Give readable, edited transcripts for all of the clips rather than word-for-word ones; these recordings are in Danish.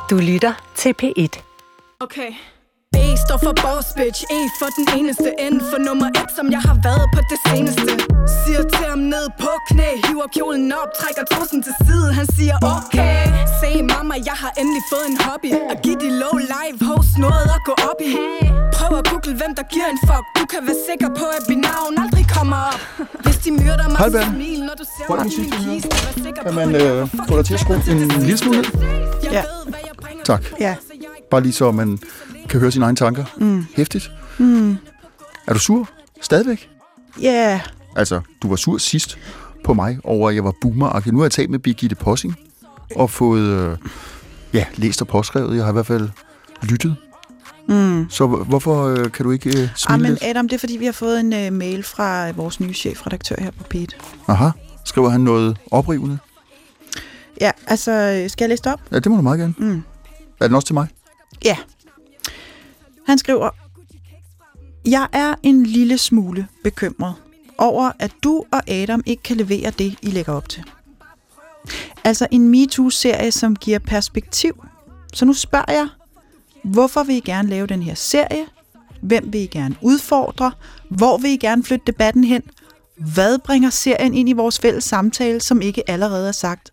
Du lytter til P1. Okay. B står for boss bitch, E for den eneste, N for nummer 1, som jeg har været på det seneste. Siger til ham ned på knæ, hiver kjolen op, trækker trussen til side. Han siger okay. Se mamma, jeg har endelig fået en hobby. At give de low live host noget at gå op i. Prøv at google, hvem der giver en fuck. Du kan være sikker på, at mit navn aldrig kommer op. Hvis de myrder mig, så smil, når du ser mig i min kiste. Kan man få dig til at skrue en lille smule ned? Ja. Tak. Ja. Bare lige så man kan høre sine egne tanker. Hæftigt. Er du sur? Stadigvæk? Ja. Yeah. Altså, du var sur sidst på mig over, at jeg var boomeragtig. Nu har jeg talt med Birgitte Possing og fået læst og påskrevet. Jeg har i hvert fald lyttet. Så hvorfor kan du ikke smile lidt? Adam, det er fordi, vi har fået en mail fra vores nye chefredaktør her på P1. Aha. Skriver han noget oprivende? Ja, altså, skal jeg læse det op? Ja, det må du meget gerne. Er den også til mig? Ja. Han skriver, jeg er en lille smule bekymret over, at du og Adam ikke kan levere det, I lægger op til. Altså en MeToo-serie, som giver perspektiv. Så nu spørger jeg, hvorfor vil I gerne lave den her serie? Hvem vil I gerne udfordre? Hvor vil I gerne flytte debatten hen? Hvad bringer serien ind i vores fælles samtale, som ikke allerede er sagt?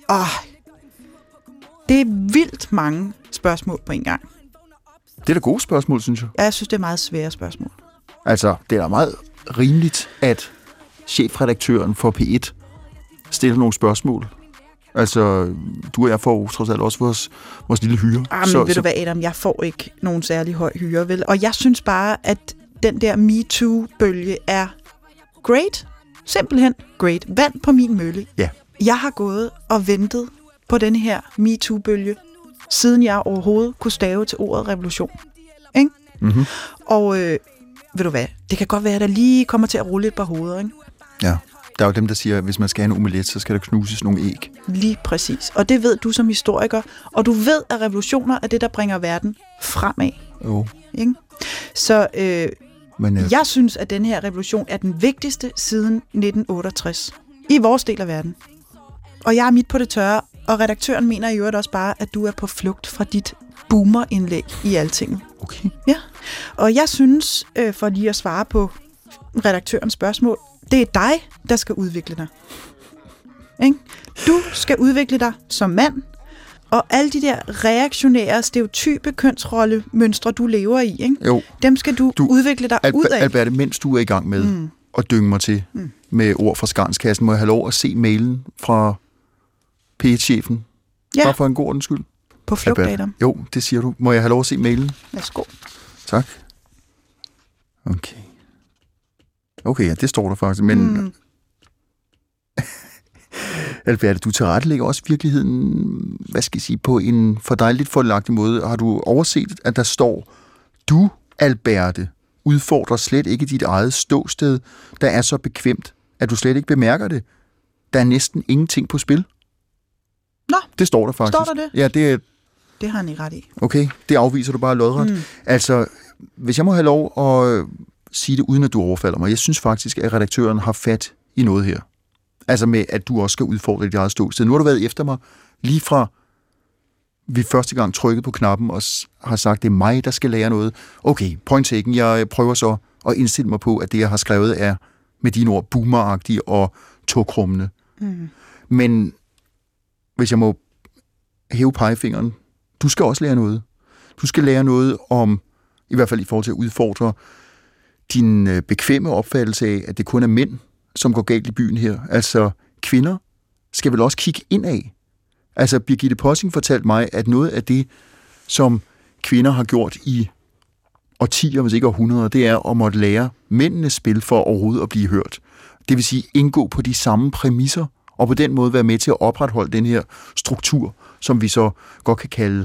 Det er vildt mange spørgsmål på en gang. Det er da gode spørgsmål, synes jeg. Ja, jeg synes, det er meget svære spørgsmål. Altså, det er da meget rimeligt, at chefredaktøren for P1 stiller nogle spørgsmål. Altså, du og jeg får trods alt også vores lille hyre. Men ved du hvad, Adam, jeg får ikke nogen særlig høj hyre, vel? Og jeg synes bare, at den der MeToo-bølge er great. Simpelthen great. Vand på min mølle. Ja. Jeg har gået og ventet på den her MeToo-bølge, siden jeg overhovedet kunne stave til ordet revolution. Ikke? Mm-hmm. Og ved du hvad, det kan godt være, at der lige kommer til at rulle et par hoveder, ikke? Ja, der er jo dem, der siger, at hvis man skal have en omelet, så skal der knuses nogle æg. Lige præcis. Og det ved du som historiker. Og du ved, at revolutioner er det, der bringer verden fremad. Jo. Ikke? Så jeg synes, at den her revolution er den vigtigste siden 1968. I vores del af verden. Og jeg er midt på det tørre, og redaktøren mener i øvrigt også bare, at du er på flugt fra dit boomerindlæg i Altinget. Okay. Ja. Og jeg synes, for lige at svare på redaktørens spørgsmål, det er dig, der skal udvikle dig. Ikke? Du skal udvikle dig som mand, og alle de der reaktionære, stereotype kønsrollemønstre, du lever i, ikke? Jo. Dem skal du udvikle dig ud af. Alberte, mens du er i gang med at dynge mig til med ord fra Skarnskassen, må jeg have lov at se mailen fra P1-chefen? Ja. Bare for en god ordens skyld. På flugt, Adam. Jo, det siger du. Må jeg have lov at se mailen? Værsgo. Tak. Okay, ja, det står der faktisk, men Alberte, du tilrettelægger også virkeligheden, hvad skal jeg sige, på en for dig lidt fordelagtig måde. Har du overset, at der står, du, Alberte, udfordrer slet ikke dit eget ståsted, der er så bekvemt, at du slet ikke bemærker det. Der er næsten ingenting på spil. Nå, det står der faktisk. Står der det? Ja, det har han ikke ret i. Okay, det afviser du bare lodret. Altså, hvis jeg må have lov at sige det, uden at du overfalder mig. Jeg synes faktisk, at redaktøren har fat i noget her. Altså med, at du også skal udfordre dit eget ståsted. Nu har du været efter mig lige fra vi første gang trykkede på knappen og har sagt, det er mig, der skal lære noget. Okay, point taken. Jeg prøver så at indstille mig på, at det, jeg har skrevet, er med dine ord boomeragtige og togkrummende. Men hvis jeg må hæve pegefingeren, du skal også lære noget. Du skal lære noget om, i hvert fald i forhold til at udfordre din bekvemme opfattelse af, at det kun er mænd, som går galt i byen her. Altså, kvinder skal vel også kigge indad. Altså, Birgitte Possing fortalte mig, at noget af det, som kvinder har gjort i årtier, hvis ikke århundreder, det er at måtte lære mændenes spil for overhovedet at blive hørt. Det vil sige, indgå på de samme præmisser, og på den måde være med til at opretholde den her struktur, som vi så godt kan kalde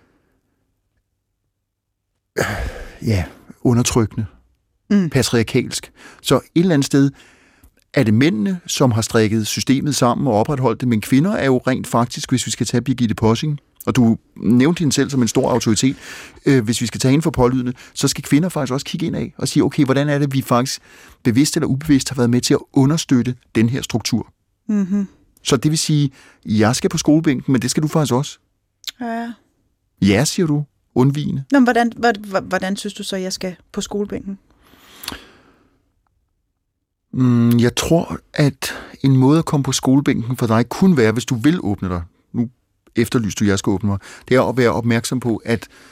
undertrykkende, patriarkalsk. Så et eller andet sted er det mændene, som har strikket systemet sammen og opretholdt det, men kvinder er jo rent faktisk, hvis vi skal tage Birgitte Possing, og du nævnte hende selv som en stor autoritet, hvis vi skal tage hende for pålydende, så skal kvinder faktisk også kigge indad og sige, okay, hvordan er det, vi faktisk bevidst eller ubevidst har været med til at understøtte den her struktur. Mm-hmm. Så det vil sige, jeg skal på skolebænken, men det skal du faktisk også. Ja. Ja, siger du. Undvigende. Nå, hvordan synes du så, jeg skal på skolebænken? Jeg tror, at en måde at komme på skolebænken for dig kunne være, hvis du vil åbne dig. Nu efterlyste du, at jeg skal åbne mig. Det er at være opmærksom på,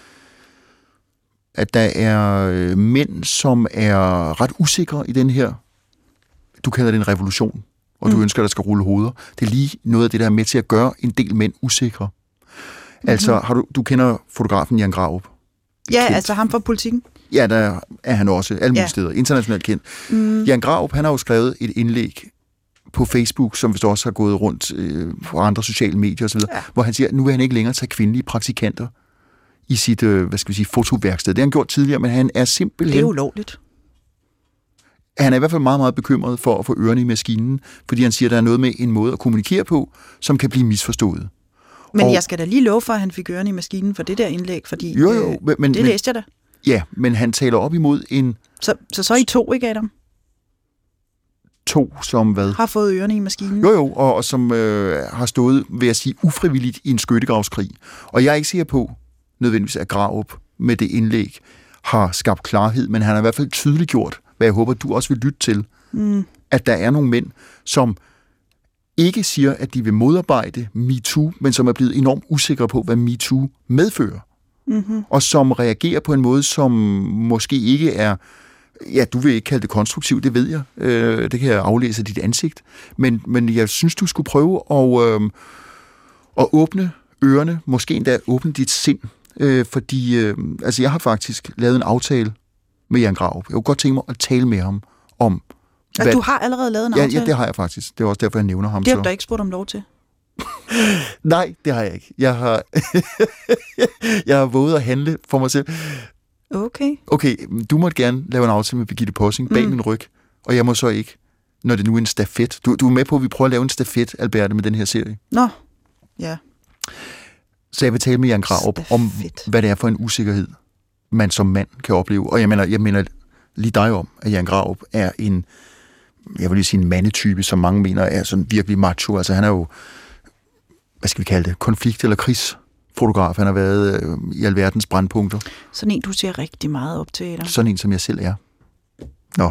at der er mænd, som er ret usikre i den her, du kalder det en revolution, og du ønsker, at der skal rulle hoveder. Det er lige noget af det, der er med til at gøre en del mænd usikre. Altså, du kender fotografen Jan Grarup? Ja, kendt. Altså ham fra Politikken. Ja, der er han også alle mulige steder, internationalt kendt. Jan Grarup, han har jo skrevet et indlæg på Facebook, som vist også har gået rundt på andre sociale medier osv., hvor han siger, at nu vil han ikke længere tage kvindelige praktikanter i sit, fotoværksted. Det har han gjort tidligere, men han er simpelthen... Det er ulovligt. Han er i hvert fald meget, meget bekymret for at få ørerne i maskinen, fordi han siger, at der er noget med en måde at kommunikere på, som kan blive misforstået. Men jeg skal da lige love for, at han fik ørerne i maskinen for det der indlæg, fordi men det læste jeg da. Ja, men han taler op imod en... Så I to, ikke Adam? To, som hvad? Har fået ørerne i maskinen. Jo, og som har stået, vil jeg sige, ufrivilligt i en skyttegravskrig. Og jeg er ikke sikker på, nødvendigvis at Grarup med det indlæg har skabt klarhed, men han har i hvert fald tydeligt gjort, hvad jeg håber, du også vil lytte til, at der er nogle mænd, som ikke siger, at de vil modarbejde MeToo, men som er blevet enormt usikre på, hvad MeToo medfører. Og som reagerer på en måde, som måske ikke er... Ja, du vil ikke kalde det konstruktivt, det ved jeg. Det kan jeg aflæse af dit ansigt. Men jeg synes, du skulle prøve at åbne ørerne, måske endda åbne dit sind. Fordi jeg har faktisk lavet en aftale med Jan Grarup. Jeg kunne godt tænke mig at tale med ham om... Du har allerede lavet en aftale? Ja, det har jeg faktisk. Det er også derfor, jeg nævner ham. Det har du da ikke spurgt om lov til? Nej, det har jeg ikke. Jeg har våget at handle for mig selv. Okay, du måtte gerne lave en aftale med Birgitte Possing bag min ryg, og jeg må så ikke, når det nu er en stafet. Du er med på, at vi prøver at lave en stafet, Alberte, med den her serie? Nå, ja. Så jeg vil tale med Jan Grarup om, hvad det er for en usikkerhed, man som mand kan opleve. Og jeg mener lige dig om, at Jan Grarup er en, jeg vil lige sige en mandetype, som mange mener er sådan virkelig macho. Altså han er jo, hvad skal vi kalde det, konflikt- eller krigsfotograf. Han har været i alverdens brandpunkter. Sådan en, du ser rigtig meget op til, eller? Sådan en, som jeg selv er. Nå.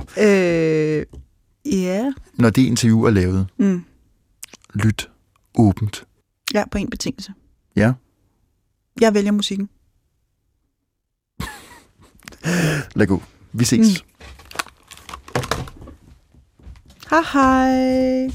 Ja. Når det interview er lavet, lyt åbent. Ja, på en betingelse. Ja. Jeg vælger musikken. Lad gå. Vi ses. Hej.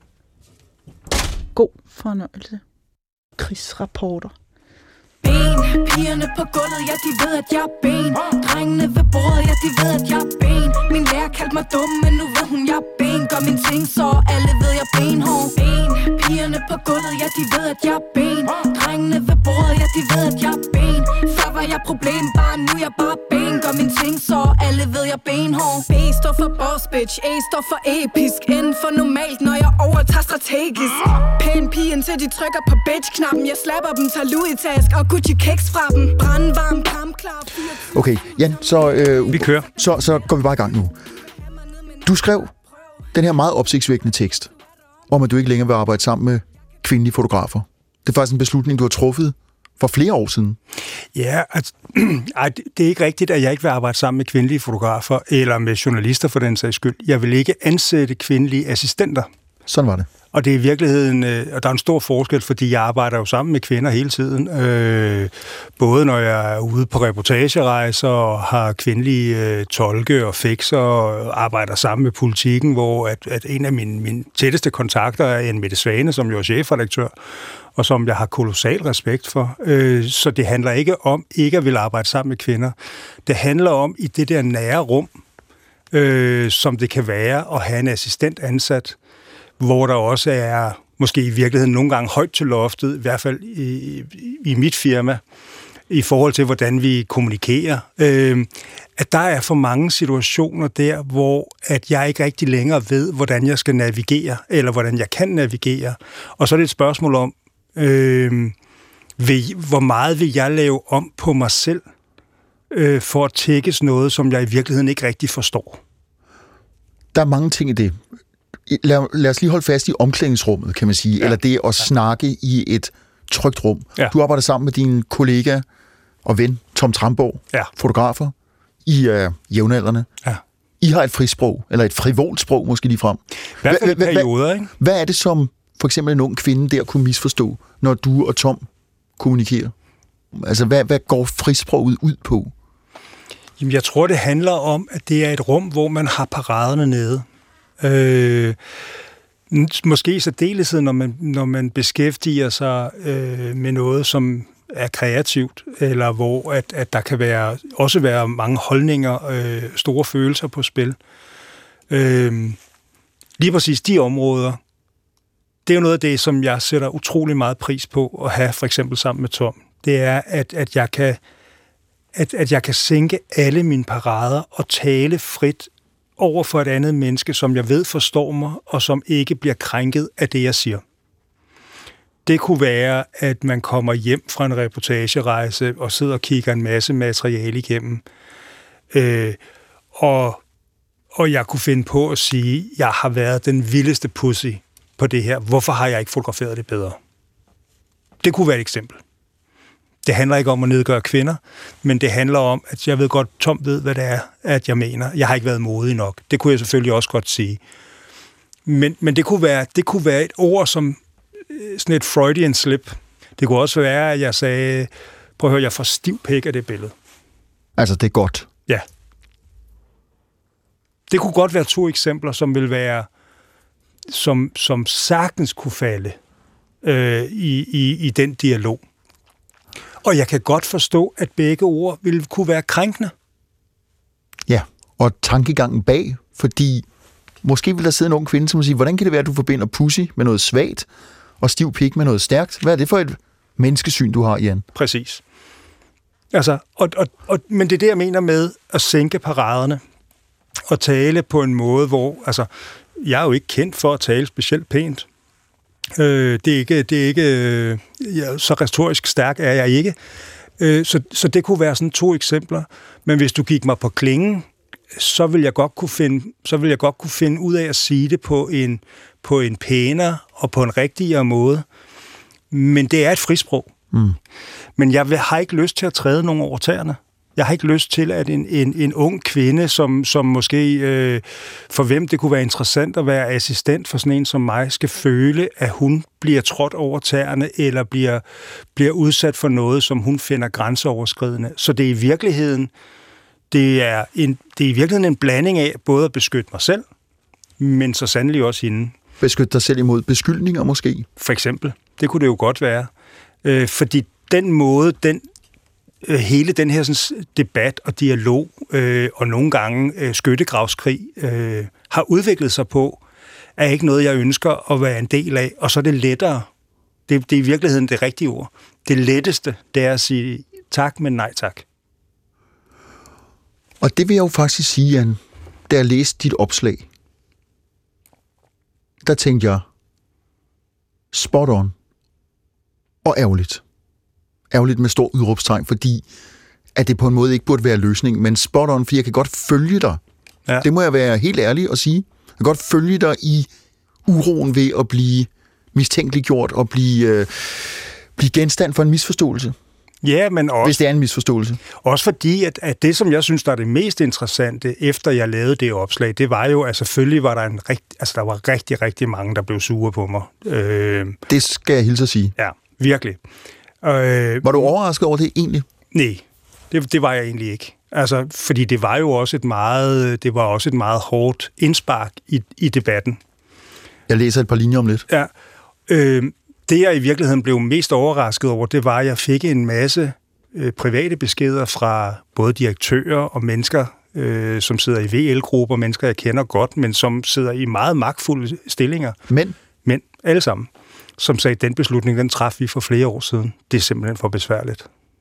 God fornøjelse. Krigsrapporter. Pigerne på gulvet, ja, de ved, at jeg er ben. Drengene ved bordet, ja, de ved, at jeg er ben. Min lærer kaldte mig dum, men nu ved hun, jeg er ben. Gør min ting, så alle ved, jeg er benhård. Pigerne på gulvet, ja, de ved, at jeg er ben. Drengene ved bordet, ja, de ved, at jeg er ben. Før var jeg problem, bare nu jeg bare ben. Gør min ting, så alle ved, jeg er benhård. B står for boss, bitch. A står for episk. N for normalt, når jeg overtager strategisk. Pæn pige, indtil de trykker på bitch-knappen. Jeg slapper dem, tager Louis-task og Gucci keks fra dem. Brandvarm, kampklar. Okay, Jan, så... vi kører. Så går vi bare i gang nu. Du skrev den her meget opsigtsvækkende tekst om, at du ikke længere vil arbejde sammen med kvindelige fotografer. Det er faktisk en beslutning, du har truffet for flere år siden. Ja, altså, det er ikke rigtigt, at jeg ikke vil arbejde sammen med kvindelige fotografer, eller med journalister for den sags skyld. Jeg vil ikke ansætte kvindelige assistenter. Sådan var det. Og det er i virkeligheden, og der er en stor forskel, fordi jeg arbejder jo sammen med kvinder hele tiden. Både når jeg er ude på reportagerejser og har kvindelige tolke og fikser og arbejder sammen med Politikken, hvor at en af mine tætteste kontakter er en Mette Svane, som jo er chefredaktør, og som jeg har kolossal respekt for. Så det handler ikke om ikke at ville arbejde sammen med kvinder. Det handler om i det der nære rum, som det kan være at have en assistent ansat, hvor der også er, måske i virkeligheden nogle gange højt til loftet, i hvert fald i mit firma, i forhold til, hvordan vi kommunikerer, at der er for mange situationer der, hvor at jeg ikke rigtig længere ved, hvordan jeg skal navigere, eller hvordan jeg kan navigere. Og så er det et spørgsmål om, hvor meget vil jeg lave om på mig selv, for at tækkes noget, som jeg i virkeligheden ikke rigtig forstår. Der er mange ting i det. Lad os lige holde fast i omklædningsrummet, kan man sige, eller det at snakke i et trygt rum. Ja. Du arbejder sammen med din kollega og ven, Tom Tramborg, fotografer. I er jævnaldrende. Ja. I har et frisprog, eller et frivolt sprog måske ligefrem. I hvert fald i perioder, ikke? Hvad er det, som for eksempel en ung kvinde der kunne misforstå, når du og Tom kommunikerer? Altså, hvad går frisproget ud på? Jamen, jeg tror, det handler om, at det er et rum, hvor man har paraderne nede. Måske i særdeleshed, når man beskæftiger sig med noget, som er kreativt, eller hvor at der kan også være mange holdninger, store følelser på spil. Lige præcis de områder, det er jo noget af det, som jeg sætter utrolig meget pris på at have, for eksempel sammen med Tom. Det er, at jeg kan sænke alle mine parader og tale frit over for et andet menneske, som jeg ved forstår mig, og som ikke bliver krænket af det, jeg siger. Det kunne være, at man kommer hjem fra en reportagerejse og sidder og kigger en masse materiale igennem. Og jeg kunne finde på at sige, at jeg har været den vildeste pussy på det her. Hvorfor har jeg ikke fotograferet det bedre? Det kunne være et eksempel. Det handler ikke om at nedgøre kvinder, men det handler om, at jeg ved godt, Tom ved, hvad det er, at jeg mener. Jeg har ikke været modig nok. Det kunne jeg selvfølgelig også godt sige. Men det kunne være et ord som sådan et Freudian slip. Det kunne også være, at jeg sagde, prøv at høre, jeg får stiv pæk af det billede. Altså, det er godt. Ja. Det kunne godt være 2 eksempler, som vil være, som sagtens kunne falde i den dialog. Og jeg kan godt forstå, at begge ord ville kunne være krænkende. Ja, og tankegangen bag, fordi måske vil der sidde en ung kvinde, som siger, hvordan kan det være, at du forbinder pussy med noget svagt, og stiv pik med noget stærkt? Hvad er det for et menneskesyn, du har, Jan? Præcis. Altså, men det er det, jeg mener med at sænke paraderne, og tale på en måde, hvor, altså, jeg er jo ikke kendt for at tale specielt pænt. Det er ikke så retorisk stærk er jeg ikke. Så det kunne være sådan 2 eksempler. Men hvis du gik mig på klingen, så vil jeg godt kunne finde ud af at sige det på en pænere og på en rigtigere måde. Men det er et frisprog. Mm. Men jeg har ikke lyst til at træde nogen over tæerne. Jeg har ikke lyst til, at en ung kvinde, som måske for hvem det kunne være interessant at være assistent for sådan en som mig, skal føle, at hun bliver trådt over tæerne, eller bliver udsat for noget, som hun finder grænseoverskridende. Så det er i virkeligheden, det er i virkeligheden en blanding af både at beskytte mig selv, men så sandelig også hende. Beskytte dig selv imod beskyldninger måske? For eksempel. Det kunne det jo godt være. Fordi den måde, hele den her sådan, debat og dialog, og nogle gange skyttegravskrig, har udviklet sig på, er ikke noget, jeg ønsker at være en del af, og så er det lettere. Det er i virkeligheden det rigtige ord. Det letteste, det er at sige tak, men nej tak. Og det vil jeg jo faktisk sige, Jan, da jeg læste dit opslag, der tænkte jeg, spot on og ærgerligt. Ærgerligt med stor udråbstegn, fordi at det på en måde ikke burde være løsning, men spot on, fordi jeg kan godt følge dig. Ja. Det må jeg være helt ærlig at sige. Jeg kan godt følge dig i uroen ved at blive mistænkeliggjort og blive genstand for en misforståelse. Ja, men også, hvis det er en misforståelse. Også fordi, at det, som jeg synes, der er det mest interessante, efter jeg lavede det opslag, det var jo, at selvfølgelig var der der var rigtig, rigtig mange, der blev sure på mig. Det skal jeg hilse at sige. Ja, virkelig. Var du overrasket over det egentlig? Nej, det var jeg egentlig ikke. Altså, fordi det var jo også et meget hårdt indspark i debatten. Jeg læser et par linjer om lidt. Ja. Det, jeg i virkeligheden blev mest overrasket over, det var, at jeg fik en masse private beskeder fra både direktører og mennesker, som sidder i VL-grupper, mennesker, jeg kender godt, men som sidder i meget magtfulde stillinger. Mænd, alle sammen, som sagde, at den beslutning, den traf vi for flere år siden. Det er simpelthen for besværligt.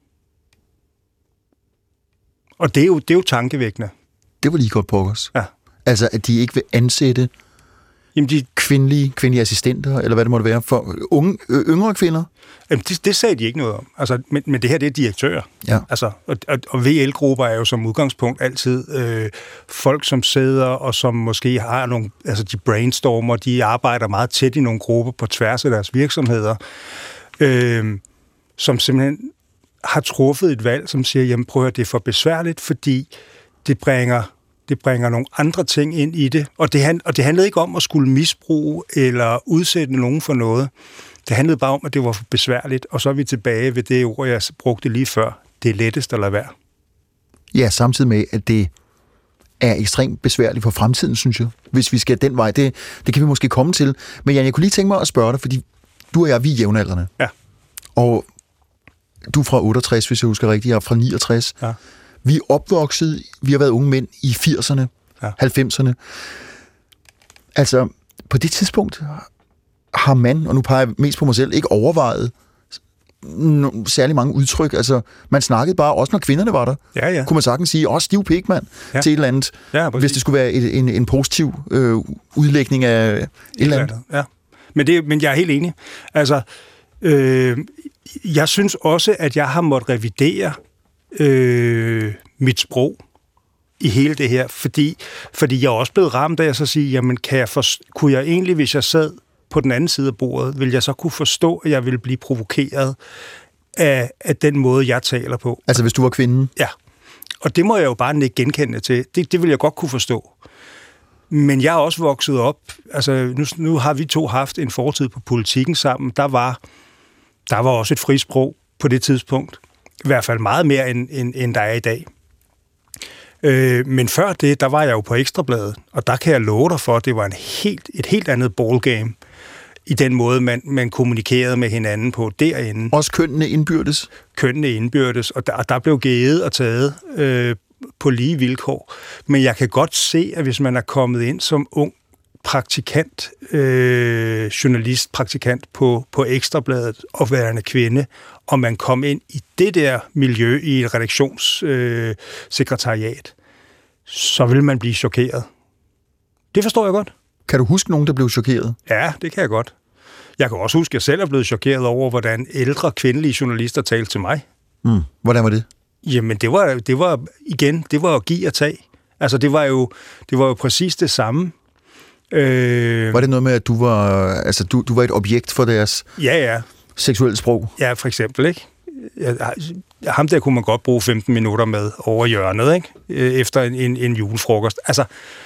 Og det er jo tankevækkende. Det var lige godt pokkers. Ja. Altså, at de ikke vil ansætte kvindelige assistenter, eller hvad det måtte være, for yngre kvinder? Jamen, det sagde de ikke noget om. Altså, men det her, det er direktører. Ja. Altså, og VL-grupper er jo som udgangspunkt altid folk, som sidder og som måske har nogle, altså de brainstormer, de arbejder meget tæt i nogle grupper på tværs af deres virksomheder, som simpelthen har truffet et valg, som siger, jamen prøv at det er for besværligt, fordi det bringer nogle andre ting ind i det. Og det handlede ikke om at skulle misbruge eller udsætte nogen for noget. Det handlede bare om, at det var for besværligt, og så er vi tilbage ved det ord, jeg brugte lige før. Det er lettest at lade være. Ja, samtidig med, at det er ekstremt besværligt for fremtiden, synes jeg. Hvis vi skal den vej, det kan vi måske komme til. Men Jan, jeg kunne lige tænke mig at spørge dig, fordi du og jeg, vi er jævnaldrende. Ja. Og du er fra 68, hvis jeg husker rigtigt, jeg er fra 69. Ja. Vi er opvokset, vi har været unge mænd i 80'erne, 90'erne. Altså, på det tidspunkt har man, og nu peger jeg mest på mig selv, ikke overvejet særlig mange udtryk. Altså, man snakkede bare, også når kvinderne var der, kunne man sagtens sige, også stiv pik, mand, til et eller andet, hvis det skulle være en positiv udlægning af et eller andet. Ja. Men jeg er helt enig. Altså, jeg synes også, at jeg har måttet revidere mit sprog i hele det her, fordi jeg er også blevet ramt af at så sige, jamen kunne jeg egentlig, hvis jeg sad på den anden side af bordet, vil jeg så kunne forstå, at jeg ville blive provokeret af den måde, jeg taler på. Altså hvis du var kvinden? Ja, og det må jeg jo bare ikke genkende til. Det vil jeg godt kunne forstå. Men jeg er også vokset op, altså nu har vi to haft en fortid på politikken sammen, der var også et frisprog på det tidspunkt. I hvert fald meget mere, end der er i dag. Men før det, der var jeg jo på Ekstrabladet, og der kan jeg love dig for, at det var et helt andet ballgame i den måde, man kommunikerede med hinanden på derinde. Også kønnene indbyrdes? Kønnene indbyrdes, og der blev givet og taget på lige vilkår. Men jeg kan godt se, at hvis man er kommet ind som ung praktikant, journalistpraktikant på Ekstrabladet og værende kvinde, og man kom ind i det der miljø i et redaktionssekretariat, så vil man blive chokeret. Det forstår jeg godt. Kan du huske nogen, der blev chokeret? Ja, det kan jeg godt. Jeg kan også huske, at jeg selv er blevet chokeret over, hvordan ældre kvindelige journalister talte til mig. Hvordan var det? Jamen, det var at give og tage. Altså, det var jo præcis det samme. Var det noget med, at du var et objekt for deres seksuelle sprog? Ja, for eksempel, ikke? Ham der kunne man godt bruge 15 minutter med over hjørnet, ikke? Efter en julefrokost. Altså,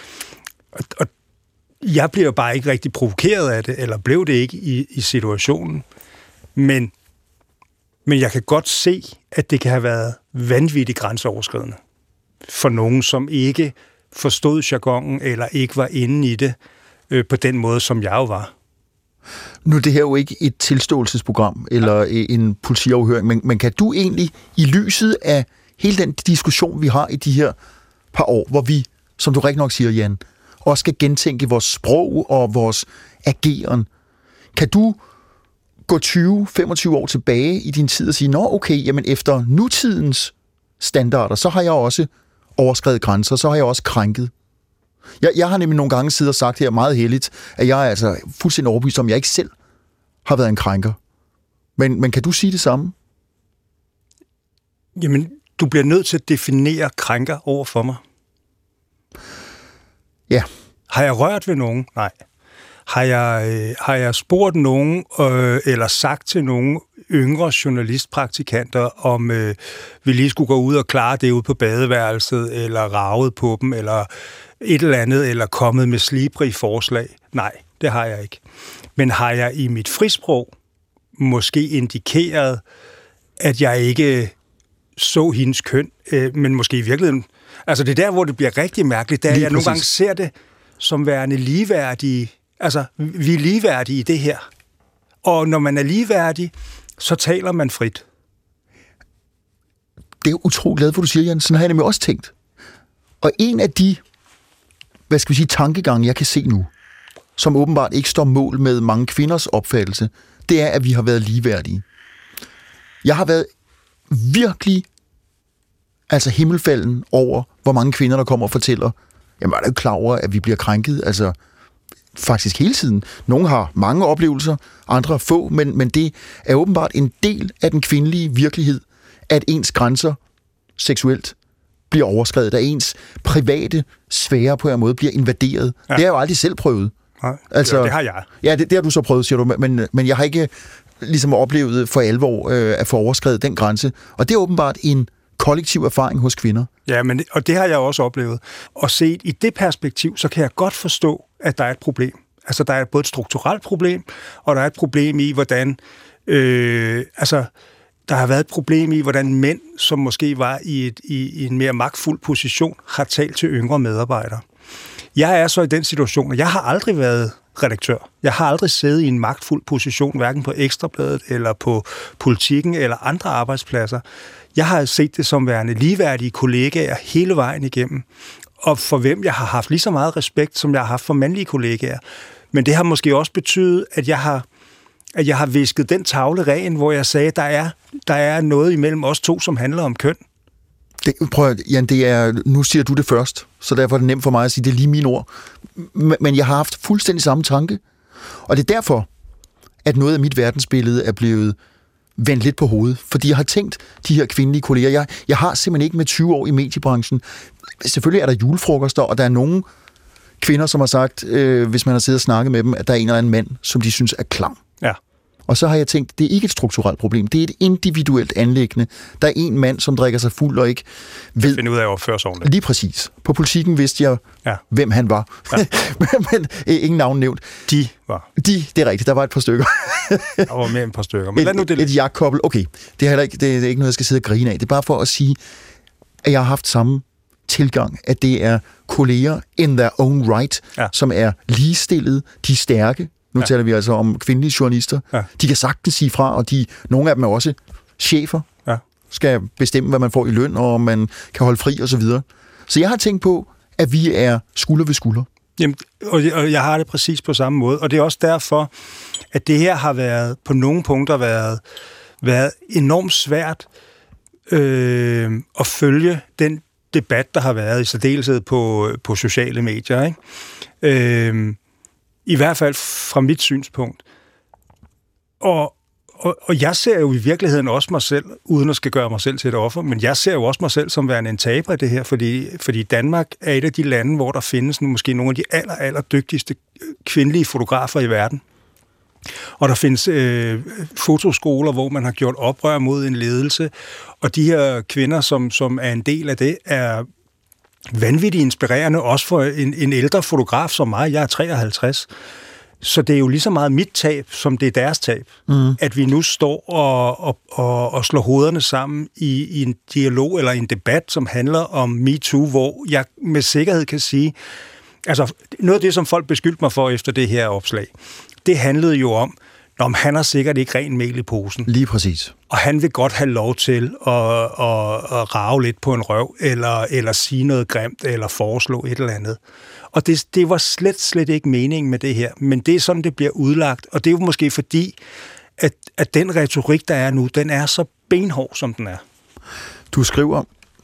og jeg bliver bare ikke rigtig provokeret af det, eller blev det ikke i situationen. Men jeg kan godt se, at det kan have været vanvittigt grænseoverskridende for nogen, som ikke forstod jargonen, eller ikke var inde i det på den måde, som jeg jo var. Nu er det her jo ikke et tilståelsesprogram, eller en politiafhøring, men kan du egentlig, i lyset af hele den diskussion, vi har i de her par år, hvor vi, som du rigtig nok siger, Jan, også skal gentænke vores sprog og vores ageren, kan du gå 20-25 år tilbage i din tid og sige, nå okay, jamen efter nutidens standarder, så har jeg også overskredet grænser, så har jeg også krænket. Jeg har nemlig nogle gange siddet og sagt her meget heldigt, at jeg er altså fuldstændig overbevist om, at jeg ikke selv har været en krænker. Men kan du sige det samme? Jamen, du bliver nødt til at definere krænker over for mig. Ja. Har jeg rørt ved nogen? Nej. Har jeg spurgt nogen, eller sagt til nogen yngre journalistpraktikanter, om vi lige skulle gå ud og klare det ude på badeværelset, eller raget på dem, eller et eller andet, eller kommet med slibrige forslag? Nej, det har jeg ikke. Men har jeg i mit frisprog måske indikeret, at jeg ikke så hendes køn, men måske i virkeligheden... Altså det er der, hvor det bliver rigtig mærkeligt, da jeg nogle gange ser det som værende ligeværdige. Altså, vi er ligeværdige i det her. Og når man er ligeværdig, så taler man frit. Det er utroligt glad for, du siger, Jan. Sådan har jeg nemlig også tænkt. Og en af de, tankegange, jeg kan se nu, som åbenbart ikke står mål med mange kvinders opfattelse, det er, at vi har været ligeværdige. Jeg har været virkelig himmelfalden over, hvor mange kvinder, der kommer og fortæller, jamen er du klar over, at vi bliver krænket? Altså, faktisk hele tiden. Nogle har mange oplevelser, andre få, men det er åbenbart en del af den kvindelige virkelighed, at ens grænser seksuelt bliver overskredet, at ens private sfære på en måde bliver invaderet. Ja. Det har jeg jo aldrig selv prøvet. Nej, det har jeg. Ja, det har du så prøvet, siger du, men jeg har ikke ligesom oplevet for alvor at få overskredet den grænse. Og det er åbenbart en kollektiv erfaring hos kvinder. Ja, og det har jeg også oplevet. Og set i det perspektiv, så kan jeg godt forstå, at der er et problem. Altså, der er både et strukturelt problem, og der er et problem i, hvordan... der har været et problem i, hvordan mænd, som måske var i en mere magtfuld position, har talt til yngre medarbejdere. Jeg er så i den situation, at jeg har aldrig været redaktør. Jeg har aldrig siddet i en magtfuld position, hverken på Ekstrabladet eller på Politikken eller andre arbejdspladser. Jeg har set det som værende ligeværdige kollegaer hele vejen igennem, og for hvem jeg har haft lige så meget respekt, som jeg har haft for mandlige kollegaer. Men det har måske også betydet, at jeg har visket den tavle ren, hvor jeg sagde, der er noget imellem os to, som handler om køn. Jan, nu siger du det først, så derfor er det nemt for mig at sige, det er lige mine ord. Men jeg har haft fuldstændig samme tanke. Og det er derfor, at noget af mit verdensbillede er blevet vendt lidt på hovedet. Fordi jeg har tænkt, de her kvindelige kolleger, jeg har simpelthen ikke med 20 år i mediebranchen. Selvfølgelig er der julefrokoster, og der er nogle kvinder, som har sagt, hvis man har siddet og snakket med dem, at der er en eller anden mand, som de synes er klam. Ja. Og så har jeg tænkt, det er ikke et strukturelt problem, det er et individuelt anliggende. Der er en mand, som drikker sig fuld og ikke ved... Finde ud af at opføre sig ordentligt. Lige præcis. På Politikken vidste jeg, hvem han var. Ja. men ingen navn nævnt. De var. Det er rigtigt, der var et par stykker. Der var mere end et par stykker. Men lad nu det et jagtkobbel. Okay, det er ikke noget, jeg skal sidde og grine af. Det er bare for at sige, at jeg har haft samme tilgang, at det er kolleger in their own right, som er ligestillet, de er stærke. Nu taler vi altså om kvindelige journalister. Ja. De kan sagtens sige fra, og nogle af dem er også chefer, skal bestemme, hvad man får i løn, og man kan holde fri osv. Så jeg har tænkt på, at vi er skulder ved skulder. Jamen, og jeg har det præcis på samme måde, og det er også derfor, at det her har været på nogle punkter været enormt svært at følge den debat, der har været i særdeleshed på sociale medier, ikke? I hvert fald fra mit synspunkt. Og jeg ser jo i virkeligheden også mig selv, uden at skal gøre mig selv til et offer, men jeg ser jo også mig selv som værende en taber i det her, fordi Danmark er et af de lande, hvor der findes måske nogle af de aller dygtigste kvindelige fotografer i verden. Og der findes fotoskoler, hvor man har gjort oprør mod en ledelse, og de her kvinder, som er en del af det, er vanvittigt inspirerende, også for en ældre fotograf som mig. Jeg er 53. Så det er jo lige så meget mit tab, som det er deres tab. At vi nu står og slår hovederne sammen i en dialog eller en debat, som handler om MeToo, hvor jeg med sikkerhed kan sige, altså noget af det, som folk beskyldte mig for efter det her opslag, det handlede jo om, han har sikkert ikke ren mel i posen. Lige præcis. Og han vil godt have lov til at rage lidt på en røv, eller sige noget grimt, eller foreslå et eller andet. Og det var slet ikke meningen med det her. Men det er sådan, det bliver udlagt. Og det er jo måske fordi, at den retorik, der er nu, den er så benhård, som den er. Du skriver,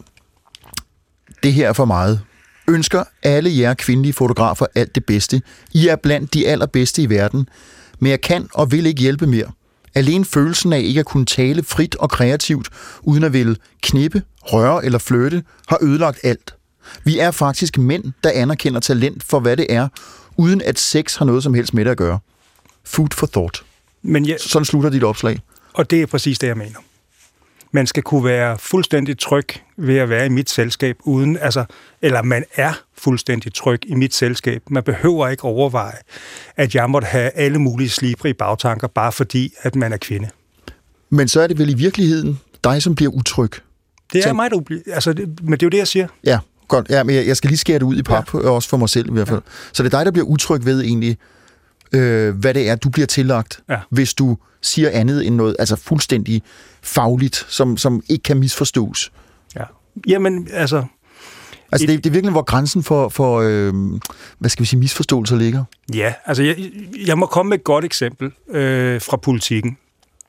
det her er for meget. Ønsker alle jer kvindelige fotografer alt det bedste. I er blandt de allerbedste i verden. Men jeg kan og vil ikke hjælpe mere. Alene følelsen af ikke at kunne tale frit og kreativt, uden at ville knippe, røre eller flirte, har ødelagt alt. Vi er faktisk mænd, der anerkender talent for, hvad det er, uden at sex har noget som helst med det at gøre. Food for thought. Sådan slutter dit opslag. Og det er præcis det, jeg mener. Man skal kunne være fuldstændig tryg ved at være i mit selskab, eller man er fuldstændig tryg i mit selskab. Man behøver ikke overveje, at jeg måtte have alle mulige slibre i bagtanker, bare fordi, at man er kvinde. Men så er det vel i virkeligheden dig, som bliver utryg? Det er mig, der men det er jo det, jeg siger. Ja, godt. Ja, men jeg skal lige skære det ud i pap, også for mig selv i hvert fald. Ja. Så det er dig, der bliver utryg ved egentlig, hvad det er, du bliver tillagt, hvis du siger andet end noget, altså fuldstændig fagligt, som ikke kan misforstås. Ja. Jamen, altså... Altså, det er virkelig, hvor grænsen for hvad skal vi sige, misforståelser ligger. Ja, altså, jeg må komme med et godt eksempel fra Politikken,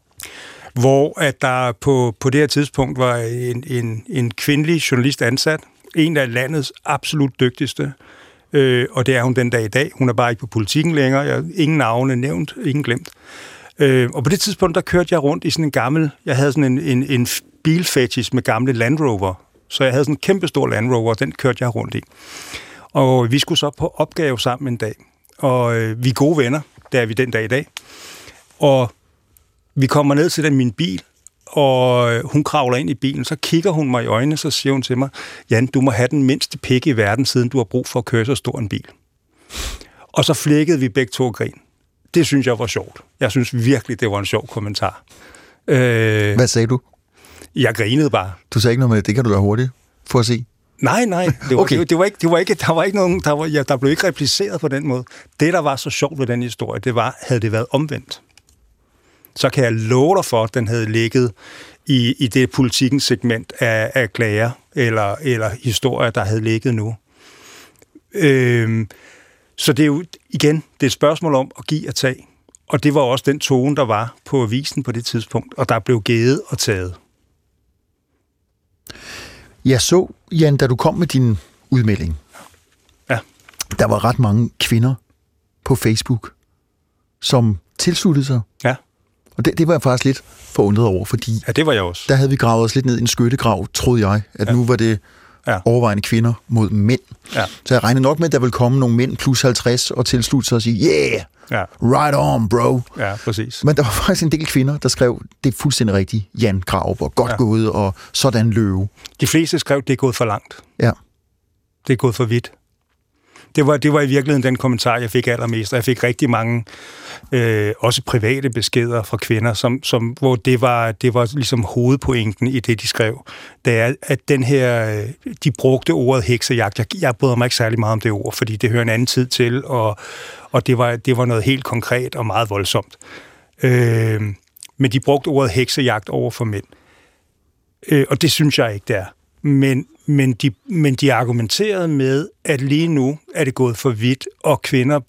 hvor at der på det her tidspunkt var en kvindelig journalist ansat, en af landets absolut dygtigste, og det er hun den dag i dag. Hun er bare ikke på Politikken længere. Ingen navne nævnt, ingen glemt. Og på det tidspunkt, der kørte jeg rundt i sådan en gammel... Jeg havde sådan en bilfetish med gamle Land Rover. Så jeg havde sådan en kæmpestor Land Rover, og den kørte jeg rundt i. Og vi skulle så på opgave sammen en dag. Og vi er gode venner, det er vi den dag i dag. Og Vi kommer ned til min bil, og hun kravler ind i bilen, så kigger hun mig i øjnene, så siger hun til mig, Jan, du må have den mindste pik i verden, siden du har brug for at køre så stor en bil. Og så flækkede vi begge to og grin. Det synes jeg var sjovt. Jeg synes virkelig, det var en sjov kommentar. Hvad sagde du? Jeg grinede bare. Du sagde ikke noget med det kan du da hurtigt få at se. Nej. Det var ikke nogen, der blev ikke repliceret på den måde. Det, der var så sjovt ved den historie, det var, havde det været omvendt, så kan jeg love dig for, at den havde ligget i det politikens segment af klager eller historier, der havde ligget nu. Så det er jo, igen, det er et spørgsmål om at give og tage. Og det var også den tone, der var på avisen på det tidspunkt, og der blev givet og taget. Jeg så, Jan, da du kom med din udmelding, der var ret mange kvinder på Facebook, som tilsluttede sig. Ja. Og det var jeg faktisk lidt forundret over, fordi det var jeg også. Der havde vi gravet os lidt ned i en skyttegrav, troede jeg, at nu var det overvejende kvinder mod mænd. Ja. Så jeg regnede nok med, at der ville komme nogle mænd plus 50 og tilslutte sig og sige, right on, bro. Ja, præcis. Men der var faktisk en del kvinder, der skrev, det er fuldstændig rigtigt, Jan Graup, og godt gået, og sådan løve. De fleste skrev, det er gået for langt. Ja. Det er gået for vidt. Det var i virkeligheden den kommentar, jeg fik allermest, og jeg fik rigtig mange, også private beskeder fra kvinder, hvor det var ligesom hovedpointen i det, de skrev. Det er, at den her, de brugte ordet heksejagt. Jeg bryder mig ikke særlig meget om det ord, fordi det hører en anden tid til, og det var noget helt konkret og meget voldsomt. Men de brugte ordet heksejagt over for mænd. Og det synes jeg ikke, det er. Men de argumenterede med, at lige nu er det gået for vidt, og kvinder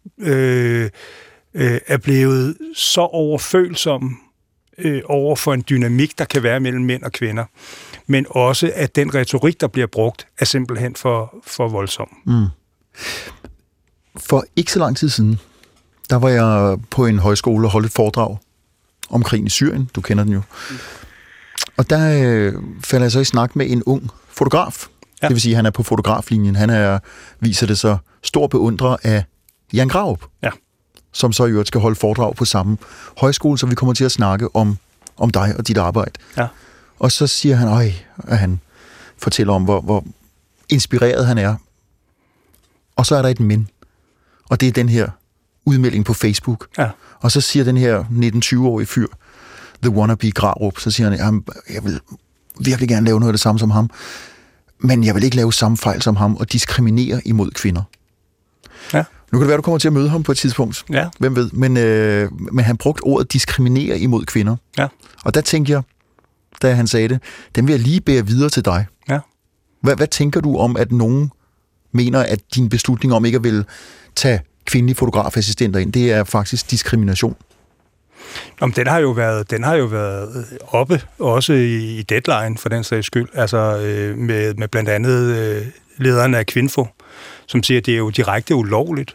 er blevet så overfølsomme over for en dynamik, der kan være mellem mænd og kvinder. Men også, at den retorik, der bliver brugt, er simpelthen for voldsom. Mm. For ikke så lang tid siden, der var jeg på en højskole og holdt et foredrag om krigen i Syrien. Du kender den jo. Og der falder jeg så i snak med en ung fotograf. Ja. Det vil sige, at han er på fotograflinjen. Han viser det så stor beundrer af Jan Graup, som så i øvrigt skal holde foredrag på samme højskole, så vi kommer til at snakke om dig og dit arbejde. Ja. Og så siger han, at han fortæller om, hvor inspireret han er. Og så er der et men. Og det er den her udmelding på Facebook. Ja. Og så siger den her 19-20-årige fyr, The Wannabe Graup, så siger han, jeg vil virkelig gerne lave noget af det samme som ham, men jeg vil ikke lave samme fejl som ham og diskriminere imod kvinder. Ja. Nu kan det være, du kommer til at møde ham på et tidspunkt. Ja. Hvem ved? Men han brugte ordet diskriminere imod kvinder. Ja. Og der tænkte jeg, da han sagde det, den vil jeg lige bære videre til dig. Ja. Hvad tænker du om, at nogen mener, at din beslutning om ikke at ville tage kvindelige fotografassistenter ind, det er faktisk diskrimination? Jamen, den har jo været oppe, også i Deadline, for den sags skyld, altså med blandt andet lederen af Kvinfo, som siger, at det er jo direkte ulovligt,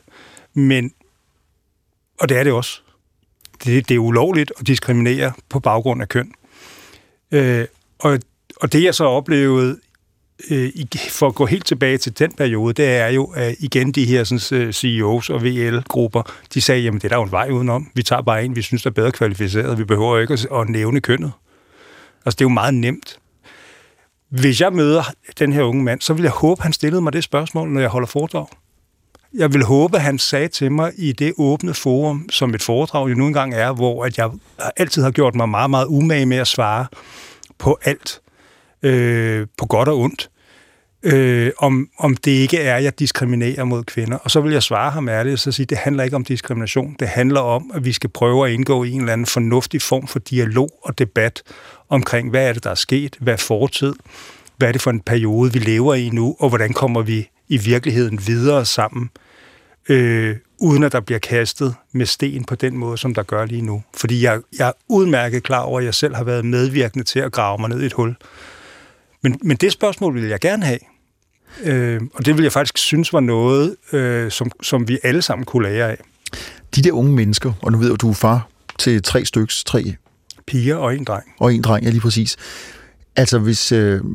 og det er det også. Det er ulovligt at diskriminere på baggrund af køn. Og det jeg så oplevede, for at gå helt tilbage til den periode, det er jo, at igen de her sådan, CEOs og VL-grupper, de sagde, jamen det er der jo en vej udenom. Vi tager bare en, vi synes er bedre kvalificeret. Vi behøver ikke at nævne kønnet. Altså det er jo meget nemt. Hvis jeg møder den her unge mand, så vil jeg håbe, han stillede mig det spørgsmål, når jeg holder foredrag. Jeg vil håbe, han sagde til mig i det åbne forum, som et foredrag jo nu engang er, hvor at jeg altid har gjort mig meget, meget umage med at svare på alt. På godt og ondt, om det ikke er, at jeg diskriminerer mod kvinder. Og så vil jeg svare ham ærligt og så sige, at det handler ikke om diskrimination. Det handler om, at vi skal prøve at indgå i en eller anden fornuftig form for dialog og debat omkring, hvad er det, der er sket, hvad er fortid, hvad er det for en periode, vi lever i nu, og hvordan kommer vi i virkeligheden videre sammen, uden at der bliver kastet med sten på den måde, som der gør lige nu. Fordi jeg er udmærket klar over, at jeg selv har været medvirkende til at grave mig ned i et hul. Men det spørgsmål ville jeg gerne have. Og det ville jeg faktisk synes var noget, som vi alle sammen kunne lære af. De der unge mennesker, og nu ved jeg, at du er far til 3 piger og 1 dreng. Og 1 dreng, ja lige præcis. Altså hvis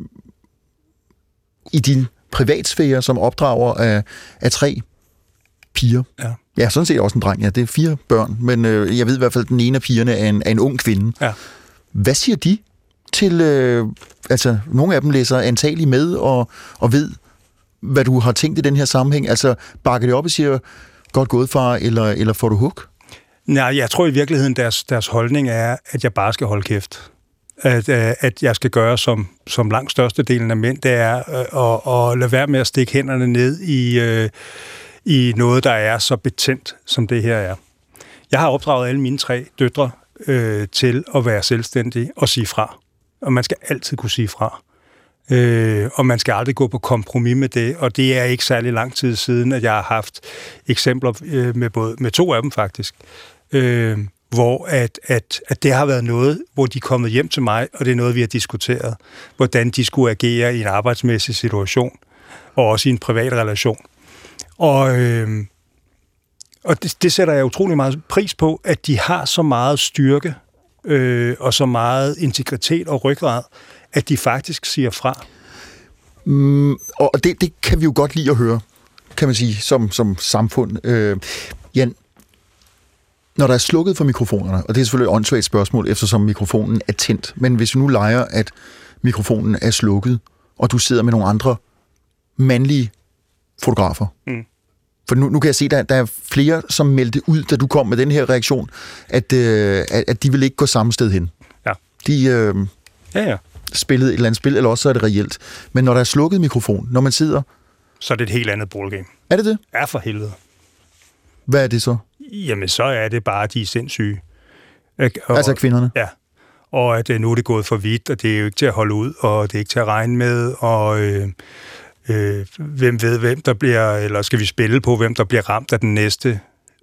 i din privatsfære, som opdrager af 3 piger. Ja. Ja, sådan set også en dreng. Ja, det er 4 børn, men jeg ved i hvert fald, at den ene af pigerne er en ung kvinde. Ja. Hvad siger de til... nogle af dem læser antagelig med og ved, hvad du har tænkt i den her sammenhæng. Altså, bakker det op og siger, godt gået, far, eller får du hug? Nej, jeg tror i virkeligheden, deres holdning er, at jeg bare skal holde kæft. At jeg skal gøre, som langt størstedelen af mænd, det er at lade være med at stikke hænderne ned i noget, der er så betændt, som det her er. Jeg har opdraget alle mine 3 døtre til at være selvstændige og sige fra. Og man skal altid kunne sige fra. Og man skal aldrig gå på kompromis med det, og det er ikke særlig lang tid siden, at jeg har haft eksempler med 2 af dem faktisk, hvor at det har været noget, hvor de er kommet hjem til mig, og det er noget, vi har diskuteret, hvordan de skulle agere i en arbejdsmæssig situation, og også i en privat relation. Og det sætter jeg utrolig meget pris på, at de har så meget styrke og så meget integritet og ryggrad, at de faktisk siger fra. Og det kan vi jo godt lide at høre, kan man sige, som samfund. Jan, når der er slukket for mikrofonerne, og det er selvfølgelig et åndssvagt spørgsmål, eftersom mikrofonen er tændt, men hvis vi nu leger, at mikrofonen er slukket, og du sidder med nogle andre mandlige fotografer, for nu kan jeg se, at der er flere, som meldte ud, da du kom med den her reaktion, at de vil ikke gå samme sted hen. Ja. De spillede et eller andet spil, eller også så er det reelt. Men når der er slukket mikrofon, når man sidder... Så er det et helt andet ballgame. Er det det? Ja, for helvede. Hvad er det så? Jamen, så er det bare, at de er sindssyge. Altså kvinderne? Ja. Og at nu er det gået for vidt, og det er jo ikke til at holde ud, og det er ikke til at regne med, og hvem ved, hvem der bliver, eller skal vi spille på, hvem der bliver ramt af den næste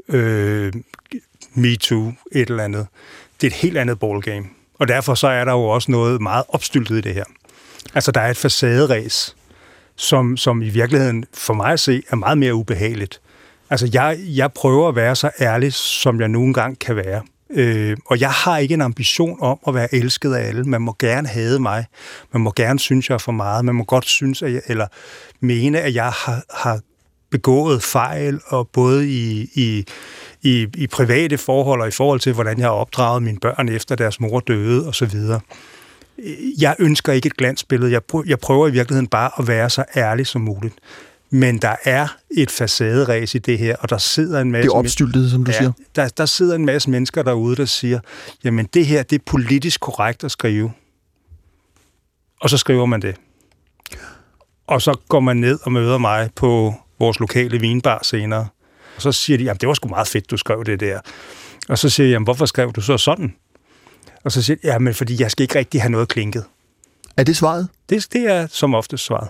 MeToo, et eller andet. Det er et helt andet ballgame. Og derfor så er der jo også noget meget opstyltet i det her. Altså, der er et facaderæs, som i virkeligheden, for mig at se, er meget mere ubehageligt. Altså, jeg prøver at være så ærlig, som jeg nogle gange kan være. Og jeg har ikke en ambition om at være elsket af alle. Man må gerne hade mig. Man må gerne synes, jeg er for meget. Man må godt synes, eller mene, at jeg har begået fejl, og både i private forhold og i forhold til, hvordan jeg har opdraget mine børn efter deres mor døde osv. Jeg ønsker ikke et glansbillede. Jeg prøver i virkeligheden bare at være så ærlig som muligt. Men der er et facaderæs i det her, og der sidder en masse... Det er opstyltet, som du siger. Der sidder en masse mennesker derude, der siger, jamen det her, det er politisk korrekt at skrive. Og så skriver man det. Og så går man ned og møder mig på vores lokale vinbar senere. Og så siger de, jamen det var sgu meget fedt, du skrev det der. Og så siger jeg, jamen hvorfor skrev du så sådan? Og så siger jeg, jamen fordi jeg skal ikke rigtig have noget klinket. Er det svaret? Det er som oftest svaret.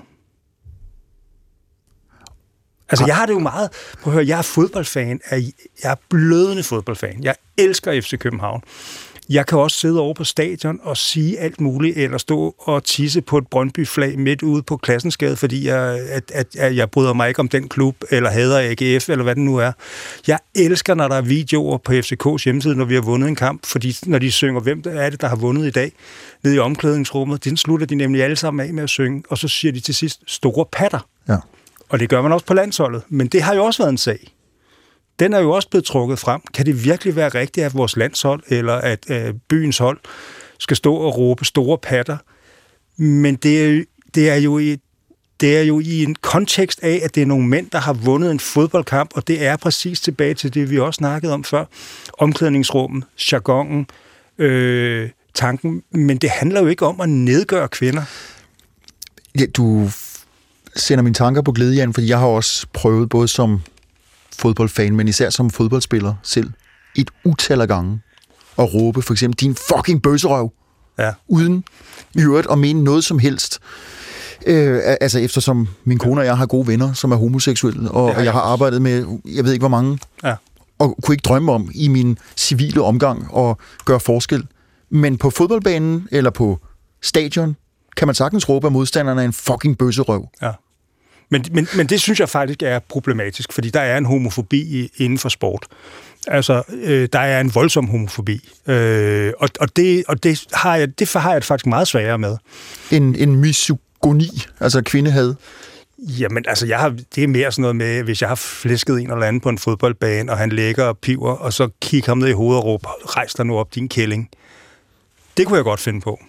Altså, jeg har det jo meget... Prøv at høre, jeg er fodboldfan. Jeg er blødende fodboldfan. Jeg elsker FC København. Jeg kan også sidde over på stadion og sige alt muligt, eller stå og tisse på et Brøndby-flag midt ude på Klassensgade, fordi jeg bryder mig ikke om den klub, eller hader AGF, eller hvad det nu er. Jeg elsker, når der er videoer på FCK's hjemmeside, når vi har vundet en kamp, fordi når de synger, hvem er det, der har vundet i dag, nede i omklædningsrummet, den slutter de nemlig alle sammen af med at synge, og så siger de til sidst, store patter. Ja. Og det gør man også på landsholdet, men det har jo også været en sag. Den er jo også blevet trukket frem. Kan det virkelig være rigtigt, at vores landshold eller at byens hold skal stå og råbe store patter? Men det er jo i en kontekst af, at det er nogle mænd, der har vundet en fodboldkamp, og det er præcis tilbage til det, vi også snakkede om før. Omklædningsrummet, jargonen, tanken. Men det handler jo ikke om at nedgøre kvinder. Ja, du sender mine tanker på glæde, Jan, fordi jeg har også prøvet både som fodboldfan, men især som fodboldspiller selv, et utal af gange at råbe for eksempel, din fucking bøsserøv, uden i øvrigt at mene noget som helst. Altså eftersom min kone og jeg har gode venner, som er homoseksuelle, og jeg har arbejdet med, jeg ved ikke hvor mange, og kunne ikke drømme om i min civile omgang at gøre forskel. Men på fodboldbanen eller på stadion, kan man sagtens råbe, at modstanderne er en fucking bøsserøv. Ja. Men det synes jeg faktisk er problematisk, fordi der er en homofobi inden for sport. Altså, der er en voldsom homofobi. Og det har jeg det faktisk meget sværere med. En misogoni, altså kvindehad? Jamen, altså, det er mere sådan noget med, hvis jeg har flæsket en eller anden på en fodboldbane, og han ligger og piver, og så kigger ham ned i hovedet og råber, rejs dig nu op, din kælling. Det kunne jeg godt finde på.